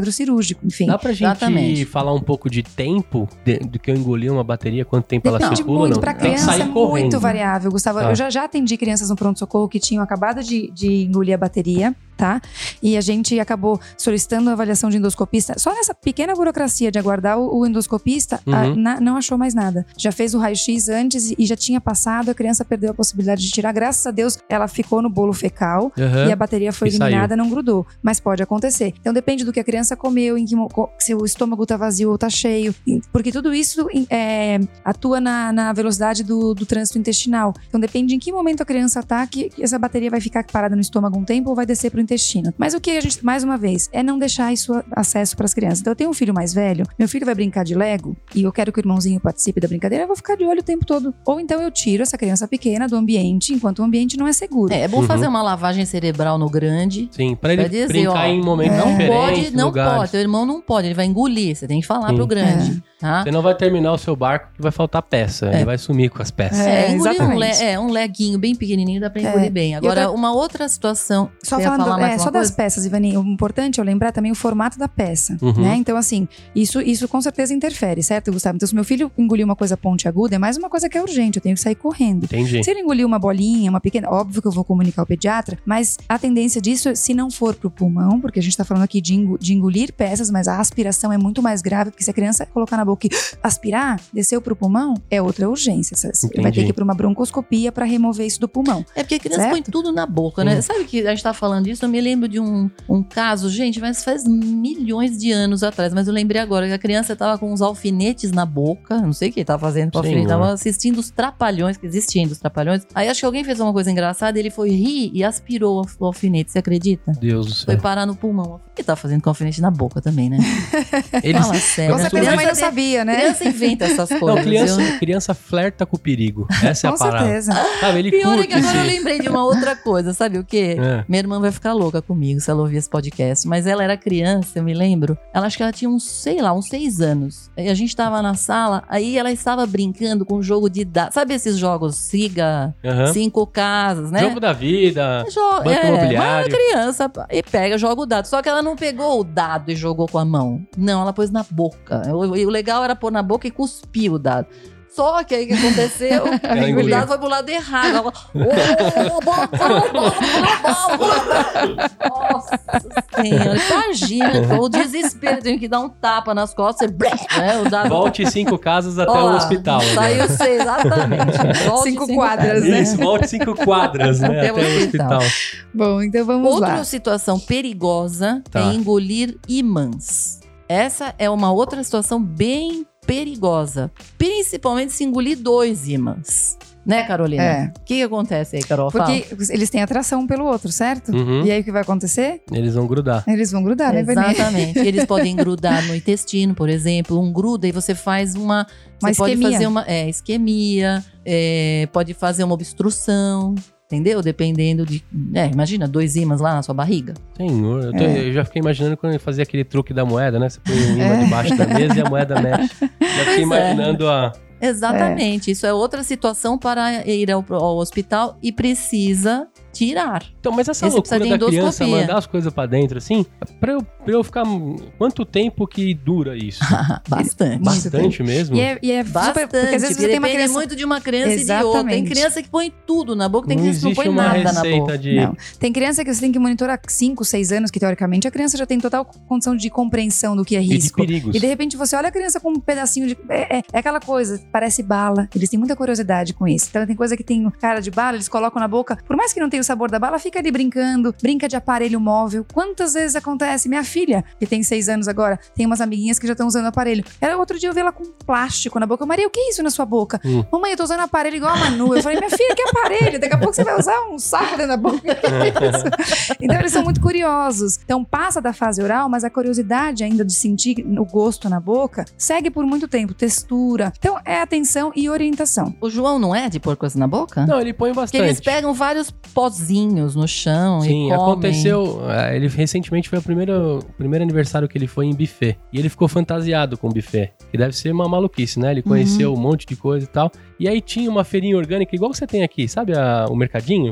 cirúrgico, enfim. Dá pra gente Exatamente. falar um pouco de tempo de, de que eu engoli uma bateria, quanto tempo ela Depende circula? muito, Não, pra tem que criança sair é correndo. muito variável, Gustavo. Tá. Eu já, já atendi crianças no pronto-socorro que tinham acabado de, de engolir a bateria, tá? E a gente acabou solicitando a avaliação de endoscopista. Só nessa pequena burocracia de aguardar o, o endoscopista, Uhum. a, na, não achou mais nada. Já fez o raio-x antes e já tinha passado, a criança perdeu a possibilidade de tirar. Graças a Deus, ela ficou no bolo fecal Uhum. e a bateria foi E eliminada, não grudou. Mas pode acontecer. Então depende do que a criança comeu, em que, mo- co- se o estômago tá vazio ou tá cheio. Porque tudo isso é, atua na, na velocidade do, do trânsito intestinal. Então depende em que momento a criança tá, que essa bateria vai ficar parada no estômago um tempo ou vai descer pro intestino. Mas o que a gente, mais uma vez, é não deixar isso a- acesso pras crianças. Então eu tenho um filho mais velho, meu filho vai brincar de Lego e eu quero que o irmãozinho participe da brincadeira, eu vou ficar de olho o tempo todo. Ou então eu tiro essa criança pequena do ambiente enquanto o ambiente não é seguro. É, é bom Uhum. fazer uma lavagem cerebral no grande. Sim, pra ele Pra dizer, brincar ó, em momentos Não diferentes, pode, não lugares. pode. Teu irmão não pode, ele vai engolir. Você tem que falar Sim. pro grande, tá? Você não vai terminar o seu barco que vai faltar peça. Ele vai sumir com as peças. É, É, engolir um, le, exatamente. é, um leguinho bem pequenininho dá pra engolir É. bem. Agora, outra- uma outra situação... Só você ia falando, falar mais é, uma só das coisa? peças, Ivani, o importante é eu lembrar também o formato da peça, Uhum. né? Então, assim, isso, isso com certeza interfere, certo, Gustavo? Então, se meu filho engoliu uma coisa pontiaguda, é mais uma coisa que é urgente, eu tenho que sair correndo. Entendi. Se ele engoliu uma bolinha, uma pequena, óbvio que eu vou comunicar ao pediatra, mas a tendência disso, se não for pro pulmão, porque a gente tá falando aqui de, engo- de engolir peças, mas a aspiração é muito mais grave, porque se a criança colocar na boca e aspirar, desceu pro pulmão, é outra urgência. Você vai Entendi. ter que ir pra uma broncoscopia pra remover isso do pulmão. É porque a criança Certo? põe tudo na boca, né? Hum. Sabe que a gente tá falando disso? Eu me lembro de um, um caso, gente, mas faz milhões de anos atrás, mas eu lembrei agora que a criança tava com uns alfinetes na boca, não sei o que ele tava fazendo com o alfinete, Senhor. tava assistindo os Trapalhões, que existiam os Trapalhões. Aí acho que alguém fez uma coisa engraçada, ele foi rir e aspirou o alfinete, você acredita? Deus do Foi céu. parar no pulmão. O que tá fazendo com o alfinete na boca também, né? Eles, Fala sério. Com Eu certeza a mãe não Criança- sabia, né? Criança inventa essas coisas. não, viu? criança, criança flerta com o perigo. Essa é a Com parada. certeza. Sabe, ele Pior é curte que agora eu esse... lembrei de uma outra coisa, sabe o quê? É. Minha irmã vai ficar louca comigo se ela ouvir esse podcast. Mas ela era criança, eu me lembro. Ela acho que ela tinha uns, sei lá, uns seis anos. E a gente tava na sala, aí ela estava brincando com um jogo de dados. Sabe esses jogos? Siga Aham. cinco casas, né? Jogo da vida. Jo- Banco é, imobiliário. Uma criança e pega, joga o dado. Só que ela não pegou o dado e jogou com a mão. Não, ela pôs na boca. O, e o legal era pôr na boca e cuspir o dado. Só que aí o que aconteceu? O engoliu. dado foi pro lado errado. Ela, "Ô, bola, bola, bola, bola." Nossa senhora, imagina o desespero. Tem que dar um tapa nas costas e blé, né? O dado Volte cinco casas até Ó o lá, hospital. Saiu agora. seis, exatamente. Volte Cinco quadras, quadras, né? Isso, volte cinco quadras, né? Até Até, o o hospital. hospital. Bom, então vamos Outra lá. situação perigosa Tá. é engolir ímãs. Essa é uma outra situação bem perigosa. Principalmente se engolir dois ímãs. Né, Carolina? É. O que, que acontece aí, Carol? Fala. Porque eles têm atração um pelo outro, certo? Uhum. E aí o que vai acontecer? Eles vão grudar. Eles vão grudar, né, Vanessa? Exatamente. Eles podem grudar no intestino, por exemplo. Um gruda e você faz uma... Uma você pode isquemia. fazer uma é, isquemia, é, pode fazer uma obstrução, entendeu? Dependendo de... É, imagina, dois ímãs lá na sua barriga. Senhor, eu, tô- É. eu já fiquei imaginando quando ele fazia aquele truque da moeda, né? Você põe um imã É. debaixo da mesa e a moeda mexe. Já fiquei imaginando a... Exatamente. Isso é outra situação para ir ao, ao hospital e precisa tirar. Então, mas essa Esse precisa loucura de da criança endoscopia. mandar as coisas pra dentro, assim, pra eu, pra eu ficar... Quanto tempo que dura isso? Bastante. Bastante mesmo? E é, e é Bastante, super... Porque às vezes você tem uma depende criança... muito de uma criança e de outra. Tem Exatamente. criança que põe tudo na boca, tem Não criança que não existe põe uma nada na receita boca. de... Não. Tem criança que você tem que monitorar cinco, seis anos, que teoricamente a criança já tem total condição de compreensão do que é E de risco. perigos. E de repente você olha a criança com um pedacinho de. É, é- é aquela coisa, parece bala. Eles têm muita curiosidade com isso. Então tem coisa que tem cara de bala, eles colocam na boca. Por mais que não tenha o sabor da bala, fica ali brincando, brinca de aparelho móvel. Quantas vezes acontece? Minha filha, que tem seis anos agora, tem umas amiguinhas que já estão usando aparelho. Ela, outro dia eu vi ela com plástico na boca. Maria, o que é isso na sua boca? Hum. Mamãe, eu tô usando aparelho igual a Manu. Eu falei, minha filha, que aparelho? Daqui a pouco você vai usar um saco dentro da boca. Que é isso? Então eles são muito curiosos. Então passa da fase oral, mas a curiosidade ainda de sentir o gosto na boca segue por muito tempo. Textura. Então é atenção e orientação. O João não é de pôr coisa na boca? Não, ele põe Porque bastante. eles pegam vários pozinhos no chão Sim, e comem. aconteceu. eh, Ele recentemente foi o primeiro, o primeiro aniversário que ele foi em buffet. E ele ficou fantasiado com o buffet. Que deve ser uma maluquice, né? Ele conheceu um monte de coisa e tal. E aí tinha uma feirinha orgânica, igual você tem aqui, sabe a- o mercadinho?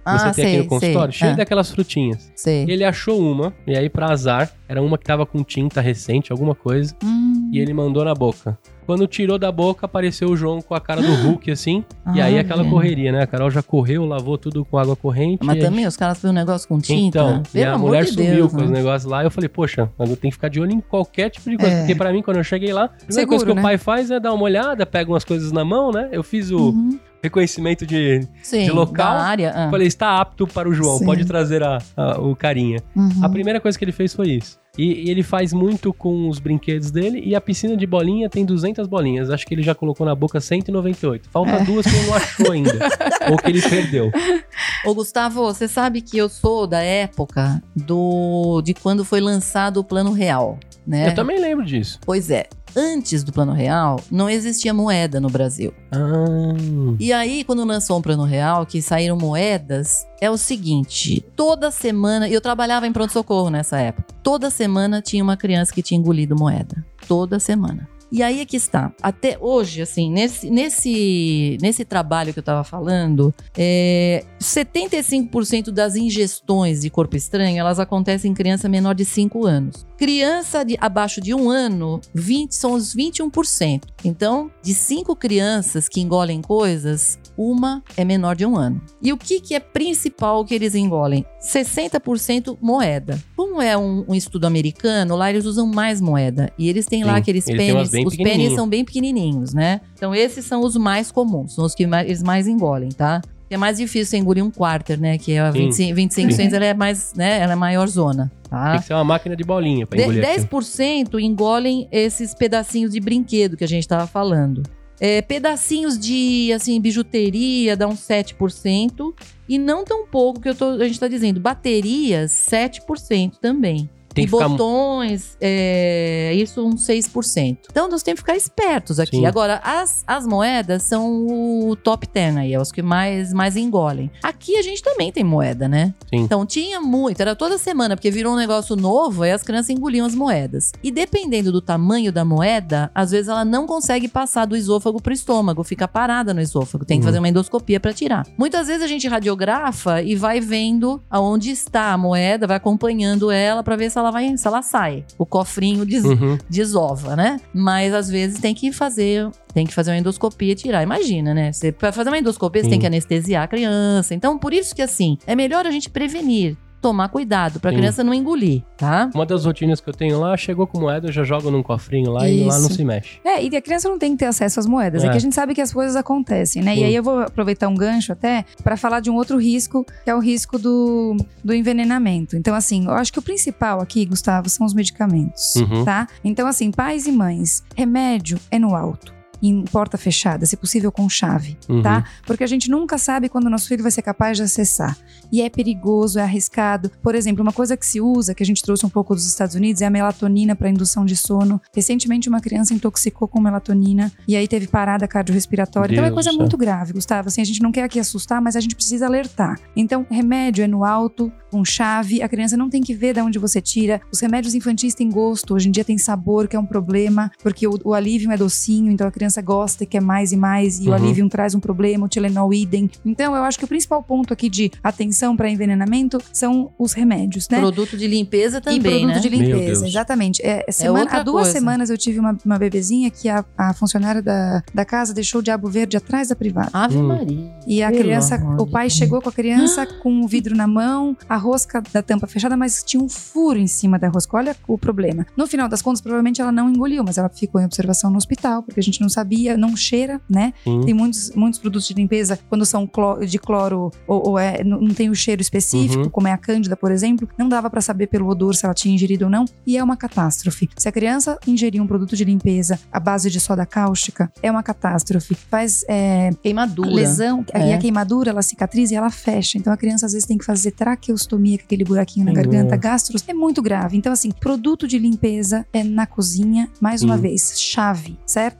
Ah, você tem sei, aqui no consultório, sei. cheio Ah. daquelas frutinhas. Sei. Ele achou uma, e aí pra azar, era uma que tava com tinta recente, alguma coisa, Hum. e ele mandou na boca. Quando tirou da boca, apareceu o João com a cara do Hulk, assim, Ah, e aí aquela velho. correria, né? A Carol já correu, lavou tudo com água corrente. Mas e também os caras fazem um negócio com tinta. Então, e Pelo a amor mulher de sumiu Deus, com né? os negócios lá. Eu falei, poxa, mas eu tenho que ficar de olho em qualquer tipo de coisa. É. Porque pra mim, quando eu cheguei lá, a primeira Seguro, coisa que né? o pai faz é dar uma olhada, pega umas coisas na mão, né? Eu fiz o Uhum. reconhecimento de, Sim, de local. da área. ah. Falei, está apto para o João, Sim. pode trazer a, a- o carinha. Uhum. A primeira coisa que ele fez foi isso. E, e ele faz muito com os brinquedos dele. E a piscina de bolinha tem duzentas bolinhas. Acho que ele já colocou na boca cento e noventa e oito. Falta É. duas que ele não achou ainda. Ou que ele perdeu. Ô, Gustavo, você sabe que eu sou da época do de quando foi lançado o Plano Real, né? Eu também lembro disso. Pois é. Antes do Plano Real, não existia moeda no Brasil. Ah, E aí, quando lançou o Plano Real, que saíram moedas, é o seguinte: toda semana, eu trabalhava em pronto-socorro nessa época, toda semana tinha uma criança que tinha engolido moeda. Toda semana. E aí é que está. Até hoje, assim, nesse, nesse, nesse trabalho que eu tava falando, é, setenta e cinco por cento das ingestões de corpo estranho, elas acontecem em criança menor de cinco anos. Criança de, abaixo de um ano, vinte, são os vinte e um por cento. Então, de cinco crianças que engolem coisas, uma é menor de um ano. E o que, que é principal que eles engolem? sessenta por cento moeda. Como é um, um estudo americano, lá eles usam mais moeda. E eles têm lá Sim, aqueles eles têm umas pênis, bem os pênis pequenininhos. são bem pequenininhos, né? Então esses são os mais comuns, são os que mais, eles mais engolem, tá? É mais difícil você engolir um quarter, né? Que é a Sim. vinte e cinco, vinte e cinco Sim. centos, ela é mais, né? Ela é maior zona, tá? tem que ser uma máquina de bolinha pra De- engolir dez aquilo. por cento engolem esses pedacinhos de brinquedo que a gente tava falando. É, pedacinhos de, assim, bijuteria dá uns sete por cento. E não tão pouco que eu tô, a gente tá dizendo. Baterias, sete por cento também. Tem e que ficar- botões, é, isso uns seis por cento. Então, nós temos que ficar espertos aqui. Sim. Agora, as, as moedas são o top dez aí, é os que mais, mais engolem. Aqui a gente também tem moeda, né? Sim. Então, tinha muito, era toda semana, porque virou um negócio novo, aí as crianças engoliam as moedas. E dependendo do tamanho da moeda, às vezes ela não consegue passar do esôfago pro estômago, fica parada no esôfago, tem que Uhum. fazer uma endoscopia pra tirar. Muitas vezes a gente radiografa e vai vendo aonde está a moeda, vai acompanhando ela pra ver se ela vai, se ela sai. O cofrinho des, Uhum. desova, né? Mas às vezes tem que fazer, tem que fazer uma endoscopia e tirar. Imagina, né? Você, pra fazer uma endoscopia, você Sim. tem que anestesiar a criança. Então, por isso que assim, é melhor a gente prevenir, tomar cuidado pra Sim. criança não engolir, tá? Uma das rotinas que eu tenho lá, chegou com moeda, eu já jogo num cofrinho lá e lá não Isso. se mexe. É, e a criança não tem que ter acesso às moedas. É, É. que a gente sabe que as coisas acontecem, né? Sim. E aí eu vou aproveitar um gancho até para falar de um outro risco, que é o risco do, do envenenamento. Então, assim, eu acho que o principal aqui, Gustavo, são os medicamentos, Uhum. tá? Então, assim, pais e mães, remédio é no alto. Em porta fechada, se possível com chave, Uhum. tá? Porque a gente nunca sabe quando o nosso filho vai ser capaz de acessar. E é perigoso, é arriscado. Por exemplo, uma coisa que se usa, que a gente trouxe um pouco dos Estados Unidos, é a melatonina para indução de sono. Recentemente, uma criança intoxicou com melatonina e aí teve parada cardiorrespiratória. Então é Deus coisa do céu. muito grave, Gustavo. Assim, a gente não quer aqui assustar, mas a gente precisa alertar. Então, remédio é no alto, com chave. A criança não tem que ver de onde você tira. Os remédios infantis têm gosto. Hoje em dia tem sabor, que é um problema, porque o, o alívio é docinho, então a criança gosta e quer mais e mais, e Uhum. o alívio traz um problema, o Tilenol idem. Então, eu acho que o principal ponto aqui de atenção para envenenamento são os remédios, né? Produto de limpeza também, e produto né? de Meu limpeza, Deus. exatamente. É, semana, outra há duas coisa. semanas eu tive uma, uma bebezinha que a, a funcionária da, da casa deixou o diabo verde atrás da privada. Ave Hum. Maria. E a Pelo criança, amor o de pai Deus. chegou com a criança com o vidro na mão, a rosca da tampa fechada, mas tinha um furo em cima da rosca. Olha o problema. No final das contas, provavelmente ela não engoliu, mas ela ficou em observação no hospital, porque a gente não sabia, não cheira, né? Sim. Tem muitos, muitos produtos de limpeza, quando são cló- de cloro ou, ou é, não não tem o cheiro específico, Uhum. como é a cândida, por exemplo, não dava pra saber pelo odor se ela tinha ingerido ou não, e é uma catástrofe. Se a criança ingerir um produto de limpeza à base de soda cáustica, é uma catástrofe. Faz é, Queimadura. lesão, É. e a queimadura, ela cicatriza e ela fecha. Então a criança às vezes tem que fazer traqueostomia, com aquele buraquinho na Nossa. garganta, gastros. É muito grave. Então, assim, produto de limpeza é na cozinha, mais uma Sim. vez, chave, certo? Então, é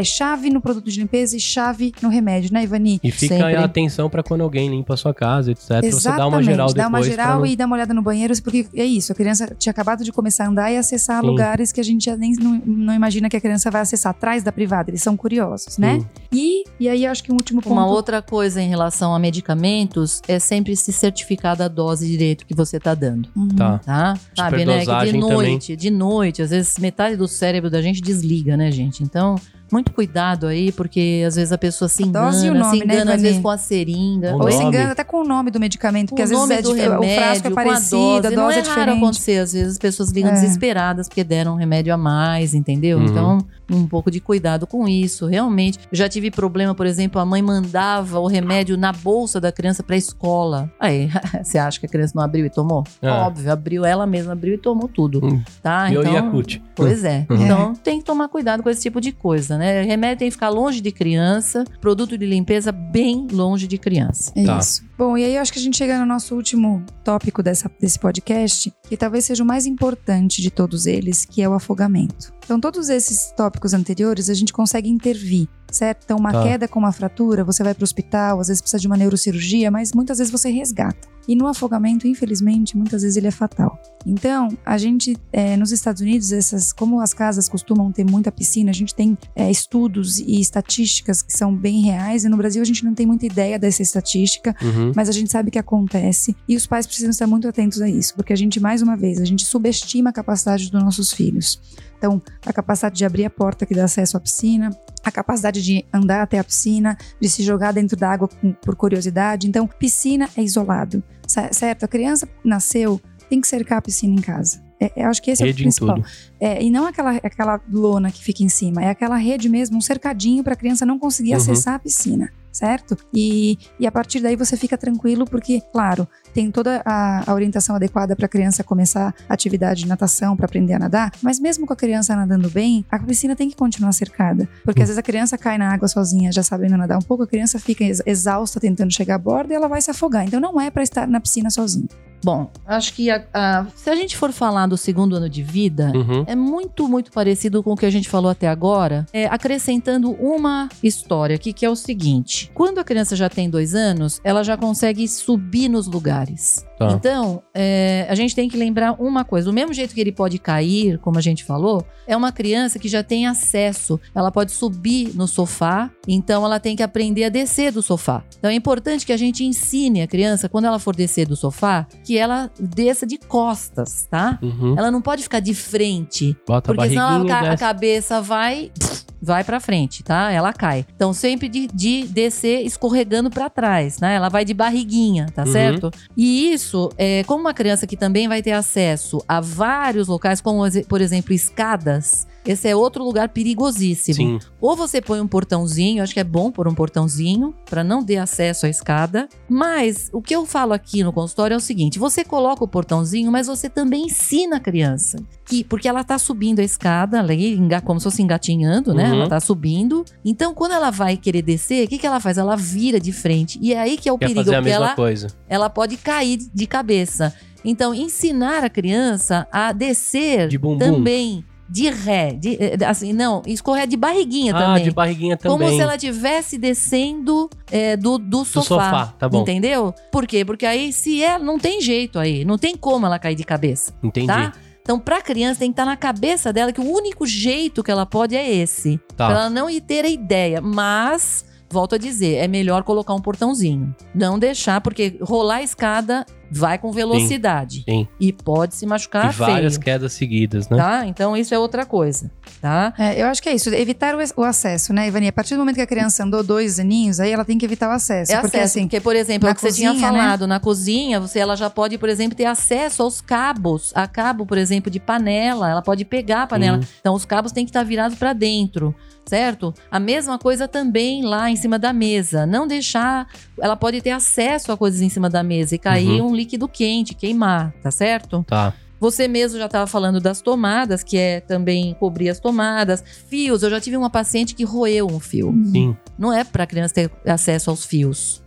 chave no produto de limpeza e chave no remédio, né, Ivani? E fica Sempre. a atenção pra quando alguém limpa a sua casa, etcétera. Exatamente, Você dá uma geral depois. dá uma geral não... e dá uma olhada no banheiro, porque é isso, a criança tinha acabado de começar a andar e acessar Sim. lugares que a gente já nem não, não imagina que a criança vai acessar, atrás da privada, eles são curiosos, né? Sim. E, e aí acho que um último ponto... Uma outra coisa em relação a medicamentos é sempre se certificar da dose direito que você tá dando. Uhum. Tá. Tá? Sabe, né? Que de Superdosagem noite, de noite, às vezes metade do cérebro da gente desliga, né, gente? Então, muito cuidado aí, porque às vezes a pessoa se A engana, dose e o nome, se engana né, às vezes Ivani? com a seringa. O Ou se nome. engana até com o nome do medicamento, porque o às vezes nome é do dif- remédio, o frasco é com parecido, a a dose, dose, não é é raro diferente. acontecer, às vezes as pessoas ligam É. desesperadas porque deram um remédio a mais, entendeu? Uhum. Então, um pouco de cuidado com isso, realmente. Eu já tive problema, por exemplo, a mãe mandava o remédio na bolsa da criança pra escola. Aí, você acha que a criança não abriu e tomou? É. Óbvio, abriu, ela mesma abriu e tomou tudo, Hum. tá? Meu Então, Yakult. pois é. Uhum. Então, tem que tomar cuidado com esse tipo de coisa, né? Remédio tem que ficar longe de criança, produto de limpeza bem longe de criança. É Tá. isso. Bom, e aí eu acho que a gente chega no nosso último tópico dessa, desse podcast, que talvez seja o mais importante de todos eles, que é o afogamento. Então, todos esses tópicos anteriores, a gente consegue intervir, certo? Então, uma Tá. queda com uma fratura, você vai para o hospital, às vezes precisa de uma neurocirurgia, mas muitas vezes você resgata. E no afogamento, infelizmente, muitas vezes ele é fatal. Então, a gente, é, nos Estados Unidos, essas, como as casas costumam ter muita piscina, a gente tem é, estudos e estatísticas que são bem reais, e no Brasil a gente não tem muita ideia dessa estatística, Uhum. mas a gente sabe que acontece, e os pais precisam estar muito atentos a isso, porque a gente, mais uma vez, a gente subestima a capacidade dos nossos filhos. Então, a capacidade de abrir a porta que dá acesso à piscina, a capacidade de andar até a piscina, de se jogar dentro da água com- por curiosidade. Então, piscina é isolado, c- certo? A criança nasceu, tem que cercar a piscina em casa. É, eu acho que esse é o Rede em principal. tudo. É, e não aquela, aquela lona que fica em cima, é aquela rede mesmo, um cercadinho para a criança não conseguir Uhum. acessar a piscina, certo? E, e a partir daí você fica tranquilo, porque, claro, tem toda a, a orientação adequada para a criança começar a atividade de natação, para aprender a nadar, mas mesmo com a criança nadando bem, a piscina tem que continuar cercada, porque às vezes a criança cai na água sozinha, já sabendo nadar um pouco, a criança fica ex- exausta tentando chegar à borda e ela vai se afogar. Então não é para estar na piscina sozinha. Bom, acho que a- a- se a gente for falar do segundo ano de vida, Uhum. é muito, muito parecido com o que a gente falou até agora, é, acrescentando uma história aqui, que é o seguinte. Quando a criança já tem dois anos, ela já consegue subir nos lugares. Tá. Então, é, a gente tem que lembrar uma coisa. Do mesmo jeito que ele pode cair, como a gente falou, é uma criança que já tem acesso. Ela pode subir no sofá, então ela tem que aprender a descer do sofá. Então é importante que a gente ensine a criança, quando ela for descer do sofá, que ela desça de costas, tá? Uhum. Ela não pode ficar de frente, Bota a porque senão barriguinha ela, e a desce. cabeça vai vai pra frente, tá? Ela cai. Então sempre de, de descer escorregando pra trás, né? Ela vai de barriguinha, tá Uhum. certo? E isso, é, como uma criança que também vai ter acesso a vários locais, como por exemplo escadas, esse é outro lugar perigosíssimo. Sim. Ou você põe um portãozinho, acho que é bom pôr um portãozinho pra não ter acesso à escada. Mas o que eu falo aqui no consultório é o seguinte: você coloca o portãozinho, mas você também ensina a criança que, porque ela tá subindo a escada, ali, enga- como se fosse engatinhando, né? Uhum. Ela tá subindo. Então, quando ela vai querer descer, o que, que ela faz? Ela vira de frente. E é aí que é o Quer perigo, fazer a porque mesma ela, coisa. ela pode cair de cabeça. Então, ensinar a criança a descer De bumbum. também de ré, de, eh, assim, não, escorrer de barriguinha Ah, também. de barriguinha também. Como se ela estivesse descendo é, do, do sofá. sofá, tá bom. Entendeu? Por quê? Porque aí, se ela. Não tem jeito aí. Não tem como ela cair de cabeça. Entendi. Tá? Então, pra criança, tem que estar na cabeça dela que o único jeito que ela pode é esse. Tá. Pra ela não ir ter a ideia. Mas, volto a dizer, é melhor colocar um portãozinho. Não deixar, porque rolar a escada vai com velocidade. Sim. E pode se machucar E várias feio. quedas seguidas, né? Tá? Então, isso é outra coisa. Tá? É, eu acho que é isso, evitar o, o acesso, né, Ivani? A partir do momento que a criança andou dois aninhos, aí ela tem que evitar o acesso. É porque acesso, assim, porque, por exemplo, é na o que você tinha cozinha, né? falado, na cozinha, você, ela já pode, por exemplo, ter acesso aos cabos, a cabo, por exemplo, de panela, ela pode pegar a panela. Sim. Então, os cabos têm que estar virados para dentro, certo? A mesma coisa também lá em cima da mesa, não deixar, ela pode ter acesso a coisas em cima da mesa e cair Uhum. um líquido quente, queimar, tá certo? Tá. Você mesmo já estava falando das tomadas, que é também cobrir as tomadas. Fios, eu já tive uma paciente que roeu um fio. Sim. Não é para criança ter acesso aos fios.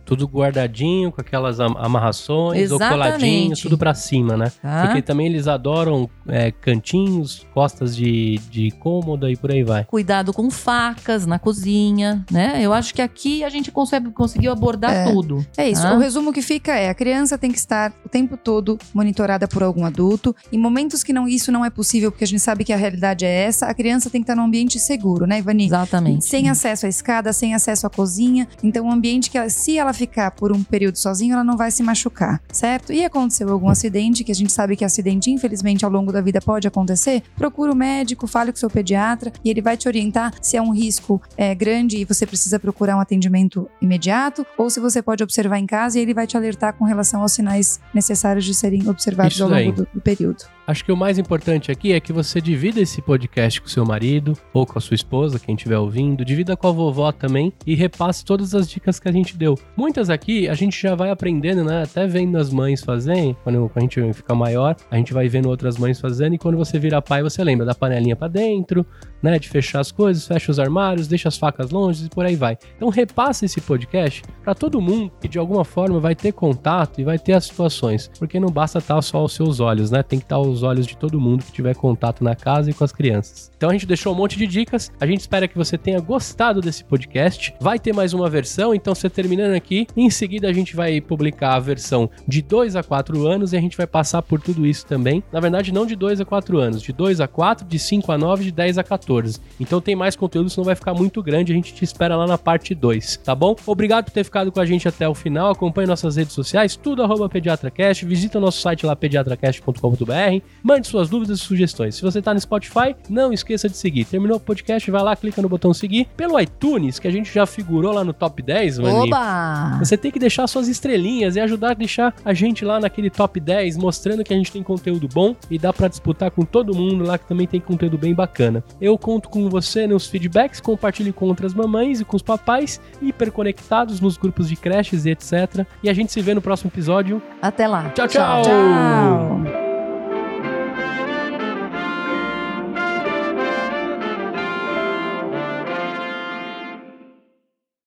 Tudo guardadinho, com aquelas amarrações, Exatamente. ou coladinho, tudo pra cima, né? Tá? Porque também eles adoram é, cantinhos, costas de, de cômoda e por aí vai. Cuidado com facas na cozinha, né? Eu acho que aqui a gente consegue, conseguiu abordar É. tudo. É isso. tá? O resumo que fica é: a criança tem que estar o tempo todo monitorada por algum adulto. Em momentos que não, isso não é possível, porque a gente sabe que a realidade é essa, a criança tem que estar num ambiente seguro, né, Ivani? Exatamente. Sem acesso à escada, sem acesso à cozinha. Então, um ambiente que, ela- se ela ficar por um período sozinha, ela não vai se machucar, certo? E aconteceu algum acidente, que a gente sabe que acidente, infelizmente, ao longo da vida pode acontecer, procura o médico, fale com o seu pediatra e ele vai te orientar se é um risco é, grande e você precisa procurar um atendimento imediato, ou se você pode observar em casa e ele vai te alertar com relação aos sinais necessários de serem observados Isso ao longo daí. do, do período. Acho que o mais importante aqui é que você divida esse podcast com seu marido ou com a sua esposa, quem estiver ouvindo, divida com a vovó também e repasse todas as dicas que a gente deu. Muitas aqui a gente já vai aprendendo, né? Até vendo as mães fazerem, quando a gente fica maior, a gente vai vendo outras mães fazendo e quando você vira pai, você lembra da panelinha pra dentro, né? De fechar as coisas, fecha os armários, deixa as facas longe e por aí vai. Então repasse esse podcast pra todo mundo que de alguma forma vai ter contato e vai ter as situações, porque não basta estar só aos seus olhos, né? Tem que estar aos olhos de todo mundo que tiver contato na casa e com as crianças. Então a gente deixou um monte de dicas, a gente espera que você tenha gostado desse podcast. Vai ter mais uma versão, então você terminando aqui, em seguida a gente vai publicar a versão de dois a quatro anos e a gente vai passar por tudo isso também. Na verdade, não de dois a quatro anos, de dois a quatro, de cinco a nove, de dez a quatorze. Então tem mais conteúdo, senão vai ficar muito grande, a gente te espera lá na parte dois, tá bom? Obrigado por ter ficado com a gente até o final, acompanhe nossas redes sociais, tudo arroba PediatraCast, visita o nosso site lá, pediatracast ponto com ponto b r, mande suas dúvidas e sugestões. Se você tá no Spotify, não esqueça de seguir. Terminou o podcast, vai lá, clica no botão seguir. Pelo iTunes, que a gente já figurou lá no top dez, Vani, Oba! você tem que deixar suas estrelinhas e ajudar a deixar a gente lá naquele top dez, mostrando que a gente tem conteúdo bom e dá pra disputar com todo mundo lá que também tem conteúdo bem bacana. Eu conto com você nos feedbacks, compartilhe com outras mamães e com os papais, hiperconectados nos grupos de creches e etcétera. E a gente se vê no próximo episódio. Até lá. Tchau, tchau! Tchau!